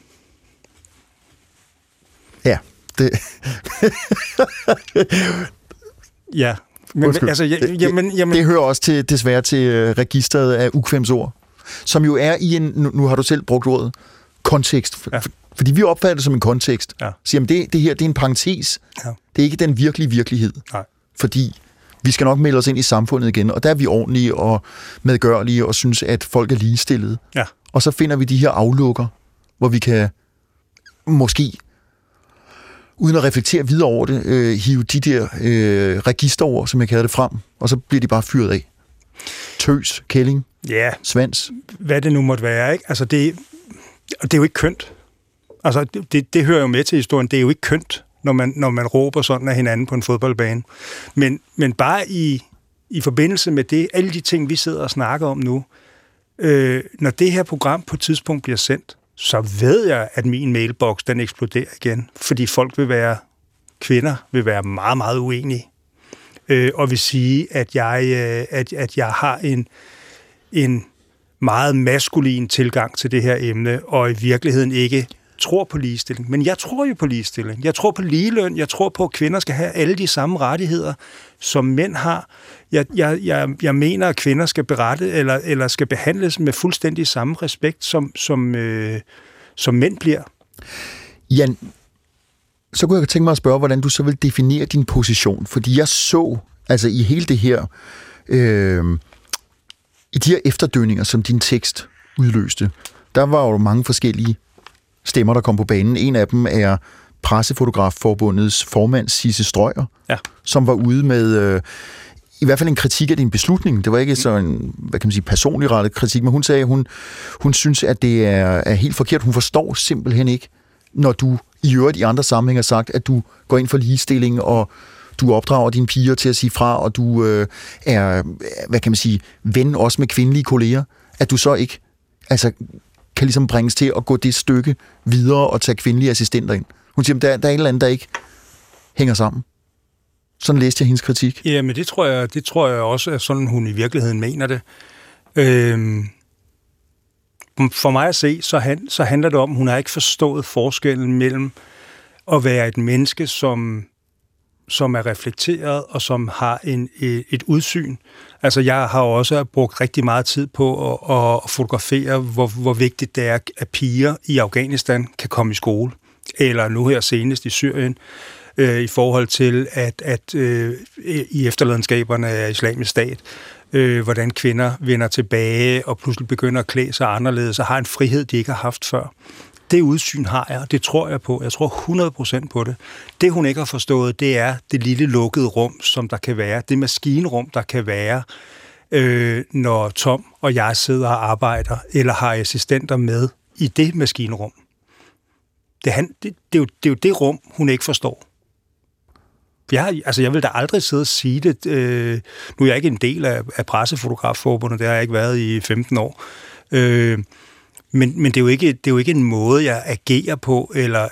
Ja, det... Ja. Men, altså, jamen, det hører også desværre til registret af ukvemsord, som jo er i en, nu har du selv brugt ordet, kontekst. Ja. Fordi vi opfatter det som en kontekst. Ja. Så jamen, det her, det er en parentes. Ja. Det er ikke den virkelige virkelighed. Nej. Fordi vi skal nok melde os ind i samfundet igen, og der er vi ordentlige og medgørlige og synes, at folk er ligestillede. Ja. Og så finder vi de her aflukker, hvor vi kan måske, uden at reflektere videre over det, hive de der registerord, som jeg kalder det, frem, og så bliver de bare fyret af. Tøs, kælling, svans. Hvad det nu måtte være, ikke? Altså, det er jo ikke kønt. Altså, det hører jo med til historien. Det er jo ikke kønt, når man råber sådan af hinanden på en fodboldbane. Men bare i forbindelse med det, alle de ting, vi sidder og snakker om nu, når det her program på et tidspunkt bliver sendt, så ved jeg, at min mailbox, den eksploderer igen. Fordi kvinder vil være meget, meget uenige. Og vil sige, at jeg har en meget maskulin tilgang til det her emne, og i virkeligheden ikke tror på ligestilling. Men jeg tror jo på ligestilling. Jeg tror på ligeløn. Jeg tror på, at kvinder skal have alle de samme rettigheder, som mænd har. Jeg mener, at kvinder skal berette eller skal behandles med fuldstændig samme respekt, som mænd bliver. Jan, så kunne jeg tænke mig at spørge, hvordan du så vil definere din position. Fordi jeg så, altså i hele det her, i de her efterdønninger, som din tekst udløste, der var jo mange forskellige stemmer, der kom på banen. En af dem er Pressefotografforbundets formand, Sisse Strøyer, som var ude med i hvert fald en kritik af din beslutning. Det var ikke så en, hvad kan man sige, personlig rettet kritik, men hun sagde, at hun synes, at det er helt forkert. Hun forstår simpelthen ikke, når du i øvrigt i andre sammenhæng har sagt, at du går ind for ligestilling, og du opdrager dine piger til at sige fra, og du er, hvad kan man sige, ven også med kvindelige kolleger, at du så ikke kan ligesom bringes til at gå det stykke videre og tage kvindelige assistenter ind. Hun siger, at der er et eller andet, der ikke hænger sammen. Sådan læste jeg hendes kritik. Ja, men det tror jeg også er sådan, hun i virkeligheden mener det. For mig at se, så handler det om, at hun har ikke forstået forskellen mellem at være et menneske, som er reflekteret og som har et udsyn. Altså, jeg har også brugt rigtig meget tid på at fotografere, hvor vigtigt det er, at piger i Afghanistan kan komme i skole. Eller nu her senest i Syrien, i forhold til, at i efterladenskaberne af Islamisk Stat, hvordan kvinder vender tilbage og pludselig begynder at klæde sig anderledes og har en frihed, de ikke har haft før. Det udsyn har jeg, og det tror jeg på. Jeg tror 100% på det. Det, hun ikke har forstået, det er det lille lukkede rum, som der kan være. Det maskinrum, der kan være, når Tom og jeg sidder og arbejder, eller har assistenter med i det maskinrum. Det er jo det rum, hun ikke forstår. Jeg vil da aldrig sidde og sige det. Nu er jeg ikke en del af Pressefotografforbundet, det har jeg ikke været i 15 år. Men det er jo ikke en måde, jeg agerer på, eller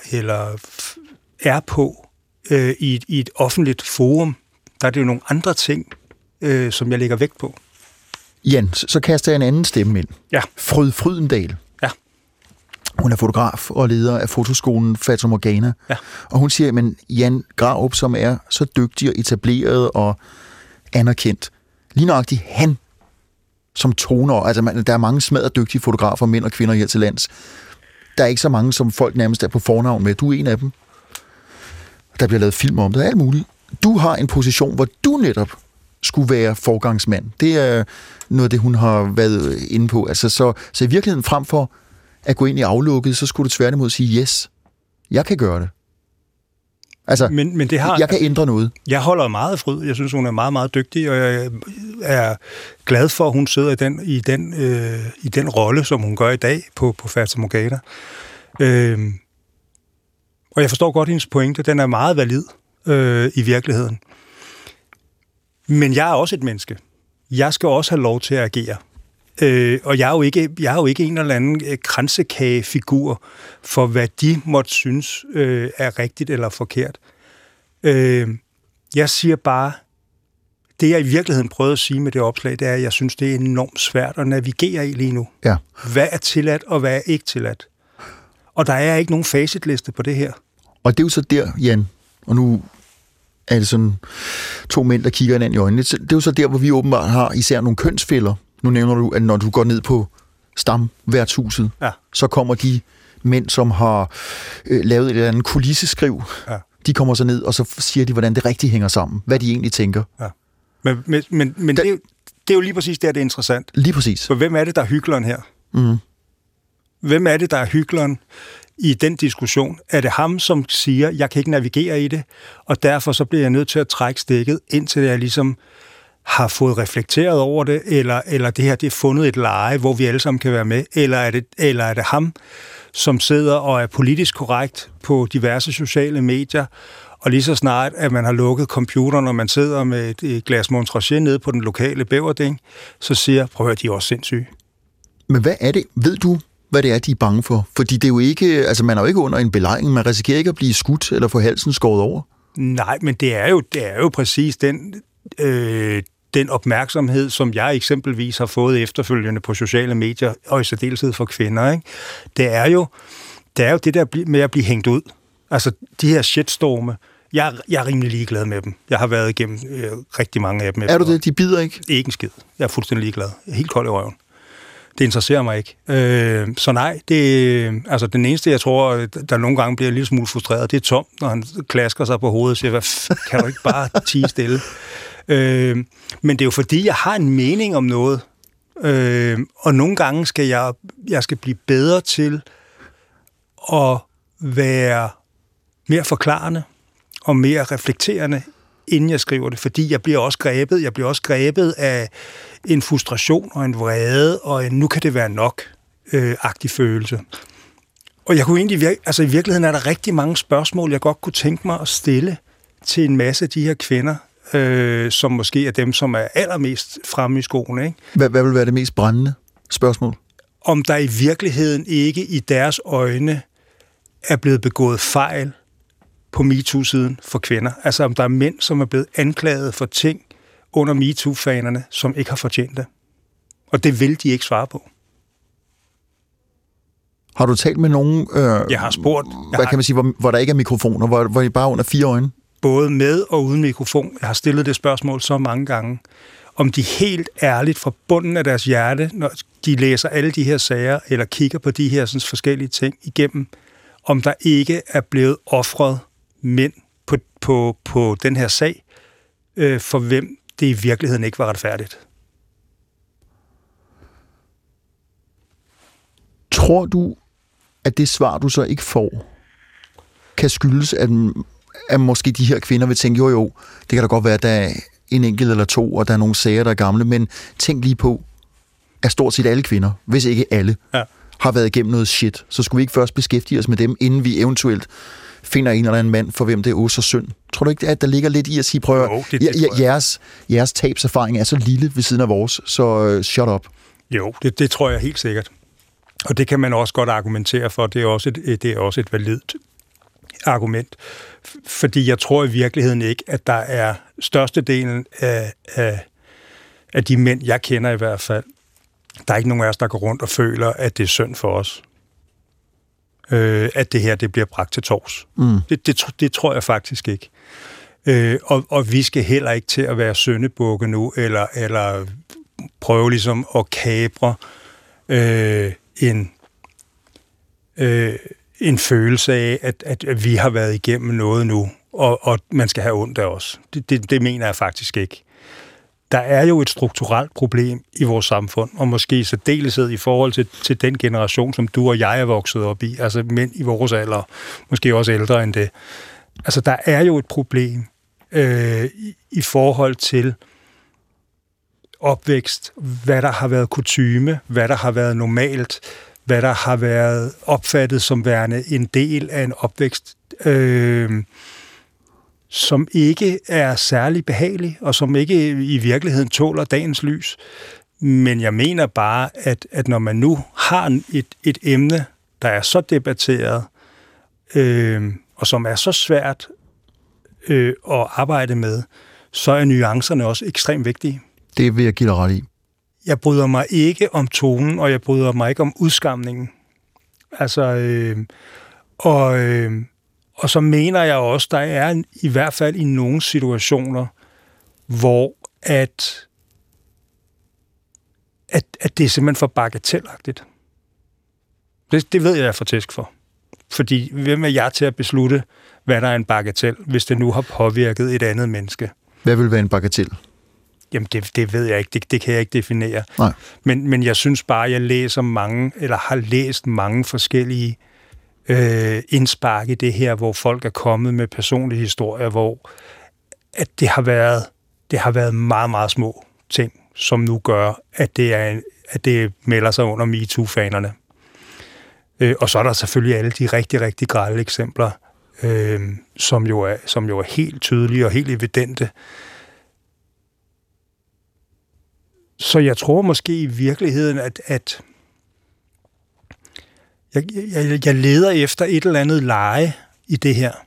er på i et offentligt forum. Der er det jo nogle andre ting, som jeg lægger vægt på. Jan, så kaster jeg en anden stemme ind. Ja. Frød Frydendal. Ja. Hun er fotograf og leder af fotoskolen Fata Morgana. Ja. Og hun siger, men Jan Grarup, som er så dygtig og etableret og anerkendt, lige nøjagtigt han som toner, altså der er mange smadret dygtige fotografer, mænd og kvinder her til lands. Der er ikke så mange, som folk nærmest er på fornavn med. Du er en af dem. Der bliver lavet film om det, alt muligt. Du har en position, hvor du netop skulle være forgangsmand. Det er noget af det, hun har været inde på. Altså, så i virkeligheden frem for at gå ind i aflukket, så skulle du tværtimod sige, yes, jeg kan gøre det. Altså, men jeg kan ændre noget. Jeg holder meget af Fryd. Jeg synes, hun er meget, meget dygtig, og jeg er glad for, at hun sidder i den rolle, som hun gør i dag på Fata Morgana. Og jeg forstår godt hendes pointe. Den er meget valid i virkeligheden. Men jeg er også et menneske. Jeg skal også have lov til at agere. Og jeg er jo ikke en eller anden kransekagefigur for, hvad de måtte synes er rigtigt eller forkert. Jeg siger bare, det jeg i virkeligheden prøvede at sige med det opslag, det er, at jeg synes, det er enormt svært at navigere i lige nu. Ja. Hvad er tilladt, og hvad er ikke tilladt? Og der er ikke nogen facitliste på det her. Og det er jo så der, Jan, og nu er det sådan 2 mænd, der kigger hinanden i øjnene. Det er jo så der, hvor vi åbenbart har især nogle kønsfælder. Nu nævner du, at når du går ned på stamværtshuset, så kommer de mænd, som har lavet et eller andet kulisseskriv, de kommer så ned, og så siger de, hvordan det rigtig hænger sammen. Hvad de egentlig tænker. Ja. Men det er jo lige præcis der, det er interessant. Lige præcis. For hvem er det, der er hykleren her? Mm. Hvem er det, der er hykleren i den diskussion? Er det ham, som siger, jeg kan ikke navigere i det, og derfor så bliver jeg nødt til at trække stikket, indtil jeg ligesom har fået reflekteret over det, eller det her, det er fundet et leje, hvor vi alle sammen kan være med, eller er det ham, som sidder og er politisk korrekt på diverse sociale medier, og lige så snart, at man har lukket computeren, og man sidder med et glas Montrachet nede på den lokale bæverding, så siger, prøv at høre, de er også sindssyge. Men hvad er det? Ved du, hvad det er, de er bange for? Fordi det er jo ikke, altså man er jo ikke under en belejring, man risikerer ikke at blive skudt eller få halsen skåret over. Nej, men det er jo præcis den opmærksomhed, som jeg eksempelvis har fået efterfølgende på sociale medier, og i særdeleshed for kvinder, ikke? Det er jo det der med at blive hængt ud. Altså, de her shitstorme, jeg er rimelig ligeglad med dem. Jeg har været igennem rigtig mange af dem. Er du det? De bider ikke? Ikke en skid. Jeg er fuldstændig ligeglad. Jeg er helt kold i røven. Det interesserer mig ikke. Så nej, altså den eneste, jeg tror, der nogle gange bliver en lille smule frustreret, det er Tom, når han klasker sig på hovedet og siger, kan du ikke bare tie stille? Men det er jo fordi, jeg har en mening om noget. Og nogle gange skal jeg skal blive bedre til at være mere forklarende og mere reflekterende, inden jeg skriver det, fordi jeg bliver også grebet af en frustration og en vrede, og en nu kan det være nok-agtig følelse. Og jeg kunne egentlig i virkeligheden er der rigtig mange spørgsmål, jeg godt kunne tænke mig at stille til en masse af de her kvinder, som måske er dem, som er allermest fremme i skoene. Ikke? Hvad vil være det mest brændende spørgsmål? Om der i virkeligheden ikke i deres øjne er blevet begået fejl på MeToo-siden for kvinder. Altså om der er mænd, som er blevet anklaget for ting under MeToo-fanerne, som ikke har fortjent det. Og det vil de ikke svare på. Har du talt med nogen... jeg har spurgt... kan man sige, hvor der ikke er mikrofoner? Hvor I bare under 4 øjne? Både med og uden mikrofon. Jeg har stillet det spørgsmål så mange gange. Om de helt ærligt fra bunden af deres hjerte, når de læser alle de her sager, eller kigger på de her sådan, forskellige ting igennem, om der ikke er blevet ofret mænd på den her sag, for hvem det i virkeligheden ikke var retfærdigt. Tror du, at det svar, du så ikke får, kan skyldes, at måske de her kvinder vil tænke, jo, det kan da godt være, at der er en enkelt eller 2, og der er nogle sager, der er gamle, men tænk lige på, at stort set alle kvinder, hvis ikke alle, har været igennem noget shit, så skulle vi ikke først beskæftige os med dem, inden vi eventuelt finder en eller anden mand, for hvem det er så synd. Tror du ikke, at der ligger lidt i at sige, prøv at jeres tabserfaring er så lille ved siden af vores, så shut up. Jo, det tror jeg helt sikkert. Og det kan man også godt argumentere for. Det er også et validt argument. Fordi jeg tror i virkeligheden ikke, at der er størstedelen af de mænd, jeg kender i hvert fald, der er ikke nogen af os, der går rundt og føler, at det er synd for os. At det her, det bliver bragt til tors. Mm. Det tror jeg faktisk ikke. Og vi skal heller ikke til at være syndebukke nu, eller prøve ligesom at kapre en følelse af, at vi har været igennem noget nu, og man skal have ondt af os. Det mener jeg faktisk ikke. Der er jo et strukturelt problem i vores samfund, og måske i særdeleshed i forhold til den generation, som du og jeg er vokset op i, altså mænd i vores alder, måske også ældre end det. Altså, der er jo et problem i forhold til opvækst, hvad der har været kutyme, hvad der har været normalt, hvad der har været opfattet som værende en del af en opvækst, som ikke er særlig behagelig, og som ikke i virkeligheden tåler dagens lys. Men jeg mener bare, at når man nu har et emne, der er så debatteret, og som er så svært at arbejde med, så er nuancerne også ekstremt vigtige. Det vil jeg give dig ret i. Jeg bryder mig ikke om tonen, og jeg bryder mig ikke om udskamningen. Altså, og så mener jeg også, der er i hvert fald i nogle situationer, hvor at det er simpelthen for bagatelagtigt. Det ved jeg for tæsk for. Fordi hvem er jeg til at beslutte, hvad der er en bagatel, hvis det nu har påvirket et andet menneske? Hvad vil være en bagatel? Jamen, det ved jeg ikke. Det kan jeg ikke definere. Nej. Men jeg synes bare, at jeg læser mange, eller har læst mange forskellige indspark i det her, hvor folk er kommet med personlige historier, hvor at det har været meget, meget små ting, som nu gør, at det melder sig under MeToo-fanerne. Og så er der selvfølgelig alle de rigtig, rigtig grelle eksempler, som jo er helt tydelige og helt evidente. Så jeg tror måske i virkeligheden, at jeg leder efter et eller andet leje i det her,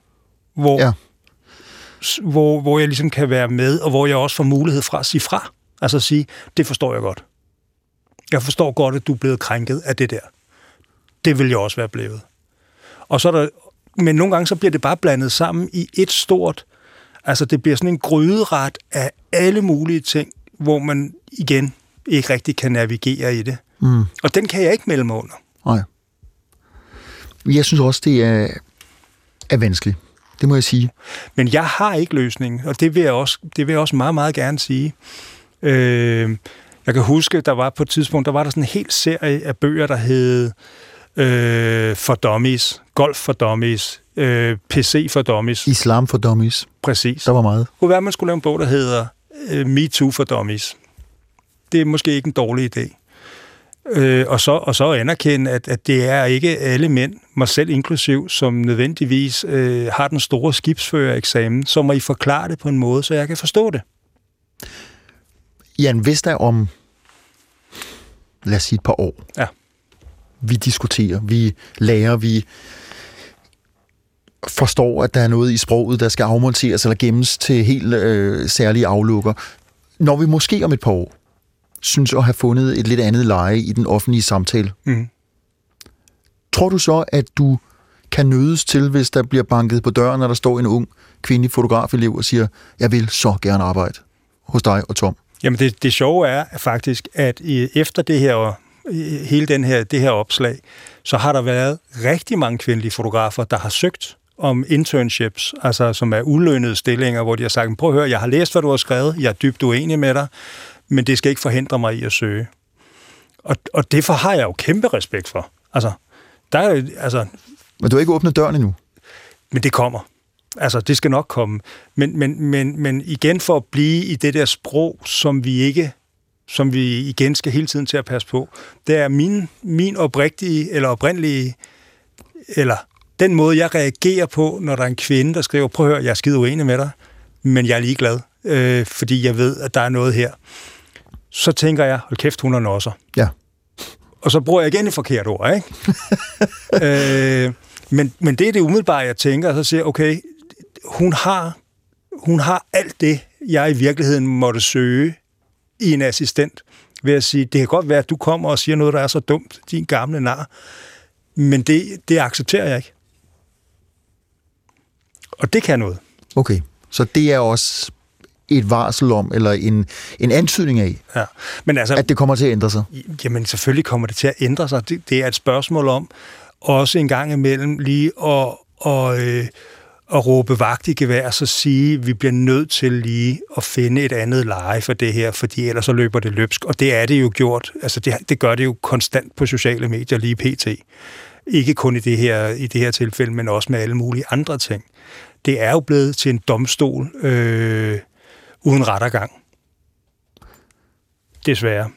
hvor jeg ligesom kan være med, og hvor jeg også får mulighed fra at sige fra. Altså at sige, det forstår jeg godt. Jeg forstår godt, at du er blevet krænket af det der. Det vil jeg også være blevet. Og så er der, men nogle gange så bliver det bare blandet sammen i et stort, altså det bliver sådan en gryderet af alle mulige ting, hvor man igen ikke rigtig kan navigere i det. Mm. Og den kan jeg ikke melde mig under. Nej. Jeg synes også, det er vanskeligt. Det må jeg sige. Men jeg har ikke løsningen, og det vil jeg også meget, meget gerne sige. Jeg kan huske, der var på et tidspunkt, der var der sådan en hel serie af bøger, der hed for dummies, golf for dummies, PC for dummies. Islam for dummies. Præcis. Der var meget. Det kunne være, man skulle lave en bog, der hedder MeToo for dummies. Det er måske ikke en dårlig idé. Og så anerkende, at det er ikke alle mænd, mig selv inklusiv, som nødvendigvis har den store skibsførereksamen, så må I forklare det på en måde, så jeg kan forstå det. Jan, hvis der om, lad os sige et par år, ja. Vi diskuterer, vi lærer, vi forstår, at der er noget i sproget, der skal afmonteres eller gemmes til helt særlige aflukker. Når vi måske om et par år synes at have fundet et lidt andet leje i den offentlige samtale, tror du så, at du kan nødes til, hvis der bliver banket på døren, når der står en ung kvindelig fotografelev og siger, jeg vil så gerne arbejde hos dig og Tom? Jamen det sjove er faktisk, at efter det her hele det her opslag, så har der været rigtig mange kvindelige fotografer, der har søgt om internships, altså som er ulønnede stillinger, hvor de har sagt, prøv at høre, jeg har læst, hvad du har skrevet, jeg er dybt uenig med dig, men det skal ikke forhindre mig i at søge. Og derfor har jeg jo kæmpe respekt for. Men du har ikke åbnet døren endnu? Men det kommer. Altså, det skal nok komme. Men igen for at blive i det der sprog, som vi igen skal hele tiden til at passe på, det er min oprigtige eller oprindelige, eller den måde, jeg reagerer på, når der er en kvinde, der skriver, prøv at høre, jeg er skide uenig med dig, men jeg er ligeglad, fordi jeg ved, at der er noget her. Så tænker jeg, hold kæft, hun er nosser. Ja. Og så bruger jeg igen et forkert ord, ikke? Men det er det umiddelbare, jeg tænker, og så siger okay, hun har alt det, jeg i virkeligheden måtte søge i en assistent, ved at sige, det kan godt være, at du kommer og siger noget, der er så dumt, din gamle nar, men det accepterer jeg ikke. Og det kan noget. Okay, så det er også et varsel om, eller en antydning af, ja. Men altså, at det kommer til at ændre sig? Jamen, selvfølgelig kommer det til at ændre sig. Det er et spørgsmål om, også en gang imellem, lige at råbe vagt i gevær, og så sige, at vi bliver nødt til lige at finde et andet leje for det her, fordi ellers så løber det løbsk. Og det er det jo gjort. Altså, det gør det jo konstant på sociale medier lige pt. Ikke kun i det her tilfælde, men også med alle mulige andre ting. Det er jo blevet til en domstol uden rettergang. Desværre.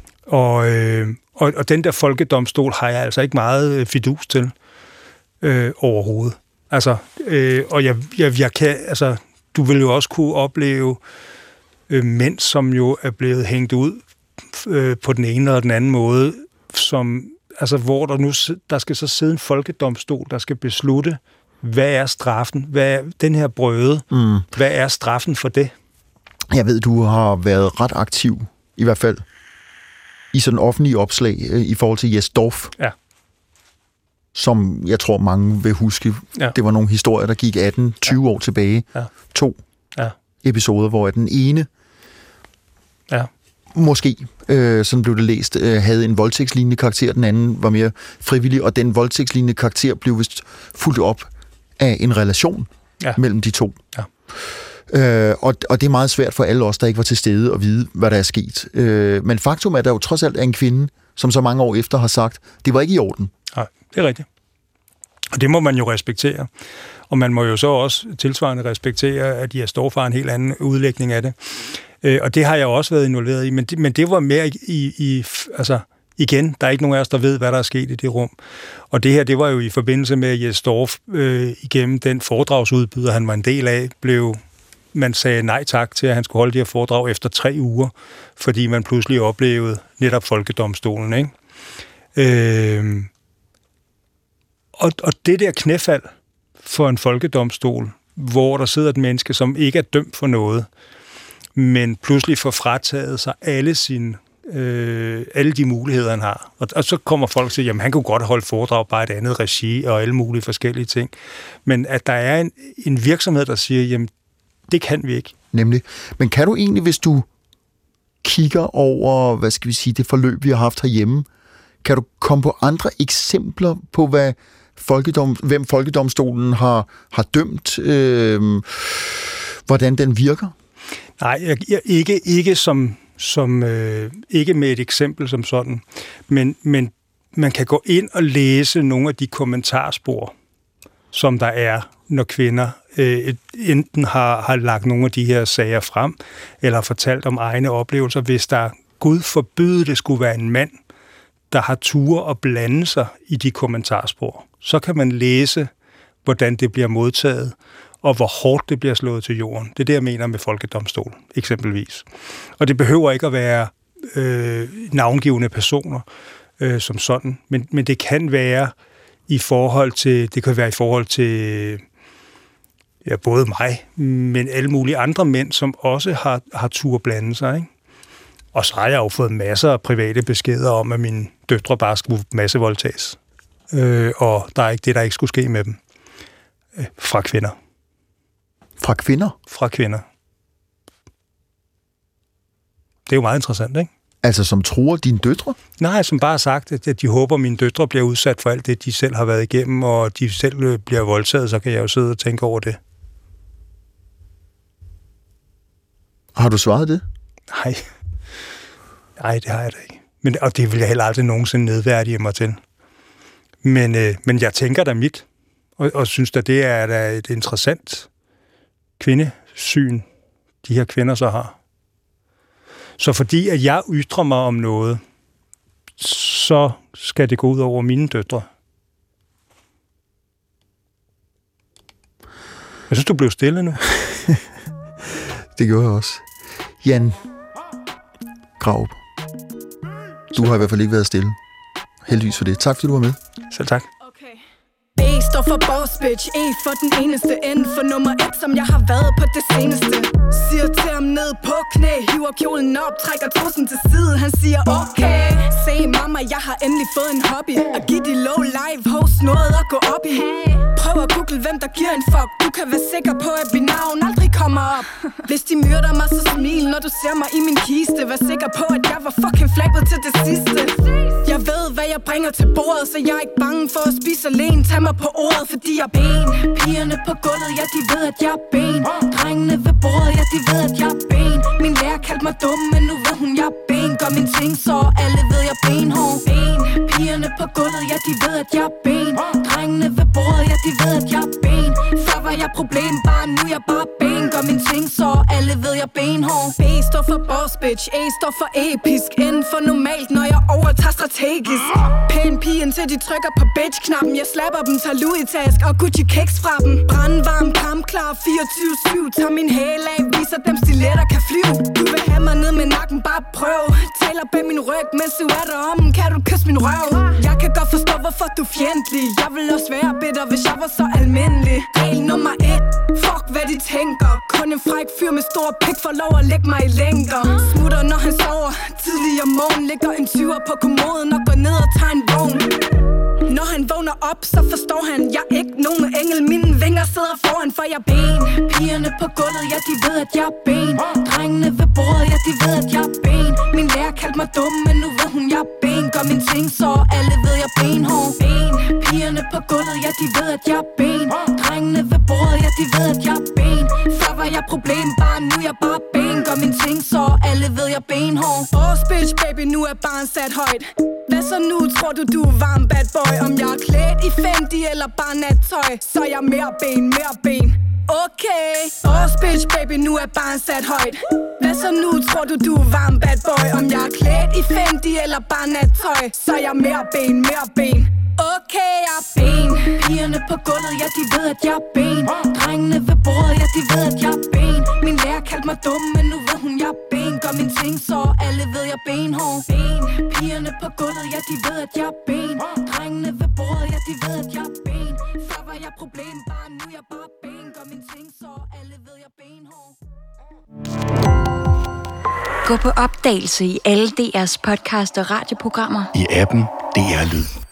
Og den der folkedomstol har jeg altså ikke meget fidus til overhovedet. Altså, og jeg kan, altså, du vil jo også kunne opleve mænd, som jo er blevet hængt ud på den ene og den anden måde, som, altså, hvor der skal så sidde en folkedomstol, der skal beslutte, hvad er straffen? Hvad er den her brøde? Hvad er straffen for det? Jeg ved, du har været ret aktiv, i hvert fald, i sådan offentlige opslag i forhold til Jes Dorf. Ja. Som jeg tror, mange vil huske. Ja. Det var nogle historier, der gik 18-20 år tilbage. Ja. 2 episoder, hvor den ene, måske, sådan blev det læst, havde en voldtægtslignende karakter, den anden var mere frivillig, og den voldtægtslignende karakter blev vist fuldt op af en relation mellem de to. Ja. Og det er meget svært for alle os, der ikke var til stede, at vide, hvad der er sket. Men faktum er, at der jo trods alt er en kvinde, som så mange år efter har sagt, det var ikke i orden. Nej, det er rigtigt. Og det må man jo respektere. Og man må jo så også tilsvarende respektere, at de står for en helt anden udlægning af det. Og det har jeg også været involveret i, men det var mere altså igen, der er ikke nogen af os, der ved, hvad der er sket i det rum. Og det her, det var jo i forbindelse med, at Jes Dorf igennem den foredragsudbyder, han var en del af, man sagde nej tak til, at han skulle holde de her foredrag efter 3 uger, fordi man pludselig oplevede netop folkedomstolen, ikke? Og det der knæfald for en folkedomstol, hvor der sidder et menneske, som ikke er dømt for noget, men pludselig får frataget sig alle de muligheder, han har. Og så kommer folk til, jamen han kunne godt holde foredrag bare et andet regi og alle mulige forskellige ting. Men at der er en virksomhed, der siger, jamen det kan vi ikke. Nemlig. Men kan du egentlig, hvis du kigger over, hvad skal vi sige, det forløb, vi har haft herhjemme, kan du komme på andre eksempler på, hvem folkedomstolen har dømt, hvordan den virker? Nej, ikke ikke med et eksempel som sådan, men man kan gå ind og læse nogle af de kommentarspor, som der er, når kvinder enten har lagt nogle af de her sager frem, eller har fortalt om egne oplevelser. Hvis der, Gud forbyde, det skulle være en mand, der har tur at blande sig i de kommentarspor, så kan man læse, hvordan det bliver modtaget, og hvor hårdt det bliver slået til jorden. Det er det, jeg mener med folkedomstol, eksempelvis. Og det behøver ikke at være navngivende personer som sådan, men det kan være i forhold til, både mig, men alle mulige andre mænd, som også har tur blande sig, ikke? Og så har jeg jo fået masser af private beskeder om, at mine døtre bare skulle massevoldtages. Og der er ikke det, der ikke skulle ske med dem. Fra kvinder. Fra kvinder? Fra kvinder. Det er jo meget interessant, ikke? Altså som truer dine døtre? Nej, som bare har sagt, at de håber, at mine døtre bliver udsat for alt det, de selv har været igennem, og de selv bliver voldtaget, så kan jeg jo sidde og tænke over det. Har du svaret det? Nej, det har jeg da ikke. Og det vil jeg heller aldrig nogensinde nedværdige mig til. Men jeg tænker da mit, og synes da, det er da et interessant kvindesyn, de her kvinder så har. Så fordi at jeg ytrer mig om noget, så skal det gå ud over mine døtre. Jeg synes, du blev stille nu. Det gjorde jeg også. Jan Graup, du har i hvert fald ikke været stille. Heldigvis for det. Tak, fordi du var med. Selv tak. B står for boss bitch, E for den eneste, N for nummer 1, som jeg har været på det seneste. Siger til ham ned på knæ, hiver kjolen op, trækker trussen til side. Han siger okay, se mamma, jeg har endelig fået en hobby. At give de low live host noget at gå op i. Prøv at google, hvem der giver en fuck. Du kan være sikker på, at mit navn aldrig kommer op. Hvis de myrder mig, så smil, når du ser mig i min kiste. Vær sikker på, at jeg var fucking flabet til det sidste. Jeg ved, hvad jeg bringer til bordet, så jeg er ikke bange for at spise alene. Tag mig på ordet, fordi jeg er ben. Pigerne på gulvet, ja, de ved, at jeg er ben. Drengene ved bordet, ja, de ved, at jeg er ben. Min lærer kaldte mig dum, men nu ved hun, jeg er ben. Gør min ting, så alle ved, jeg er benhård. Ben. Pigerne på gulvet, ja, de ved, at jeg er ben. Drengene ved bordet, ja, de ved, at jeg er ben. Før var jeg problem, bare nu jeg bare ben. gør min ting så alle ved jeg benhård. B står for boss bitch, A står for episk, N for normalt, når jeg overtager strategisk. Pæn pigen til de trykker på bitch-knappen, jeg slapper dem, tager Louis-task og Gucci kicks fra dem. Brandvarm, kampklar, 24/7, tager min hæl af, viser dem stiletter kan flyve. Du vil have mig ned med nakken, bare prøv. Taler bag min ryg, mens du er derom, kan du kysse min røv? Jeg kan godt forstå, hvorfor du er fjendtlig. Jeg vil også være bitter, hvis jeg var så almindelig. Regel nummer 1, fuck hvad de tænker. Kun en fræk fyr med stor pik får lov at lægge mig i længder. Smutter når han sover, tidlig om morgen, ligger en 20'er på kommoden og går ned og tager en vogn. Når han vågner op, så forstår han, jeg er ikke nogen engel. Mine vinger sidder foran, for jeg er ben. Pigerne på gulvet, ja de ved at jeg er ben. Drengene ved bordet, ja de ved at jeg er ben. Min lærer kaldte mig dum, men nu ved hun jeg er ben. Gør min ting så alle ved jeg er benhård. Ben. Pigerne på gulvet, ja de ved at jeg er ben. Drengene ved bordet, ja de ved at jeg er ben. Før var jeg problem, bare nu jeg bare ben. Gør min ting så alle ved jeg er benhård. Boss bitch baby, nu er barn sat højt. Hvad så nu, tror du er varm bad boy? Om jeg er klædt i Fendi eller bare nattøj, så er jeg mere ben. Okay, boss bitch baby, nu er barn sat højt. Hvad så nu, tror du er varm bad boy? Om jeg er klædt i Fendi eller bare nattøj, så er jeg mere ben. Okay, jeg er ben. Pigerne på gulvet, ja de ved at jeg er ben. Drengene ved bordet, ja de ved at jeg er ben. Min lærer kaldte mig dum, men nu ved hun jeg er ben. Gør min ting så alle ved jeg er benhård. Ben. Pigerne på gulvet, ja de ved at jeg er ben. Drengene ved bordet, ja de ved at jeg er ben. Før var jeg problem, bare nu jeg bare ben. Gør min ting så alle ved jeg er benhård. Gå på opdagelse i alle DR's podcast og radioprogrammer. I appen DR Lyd.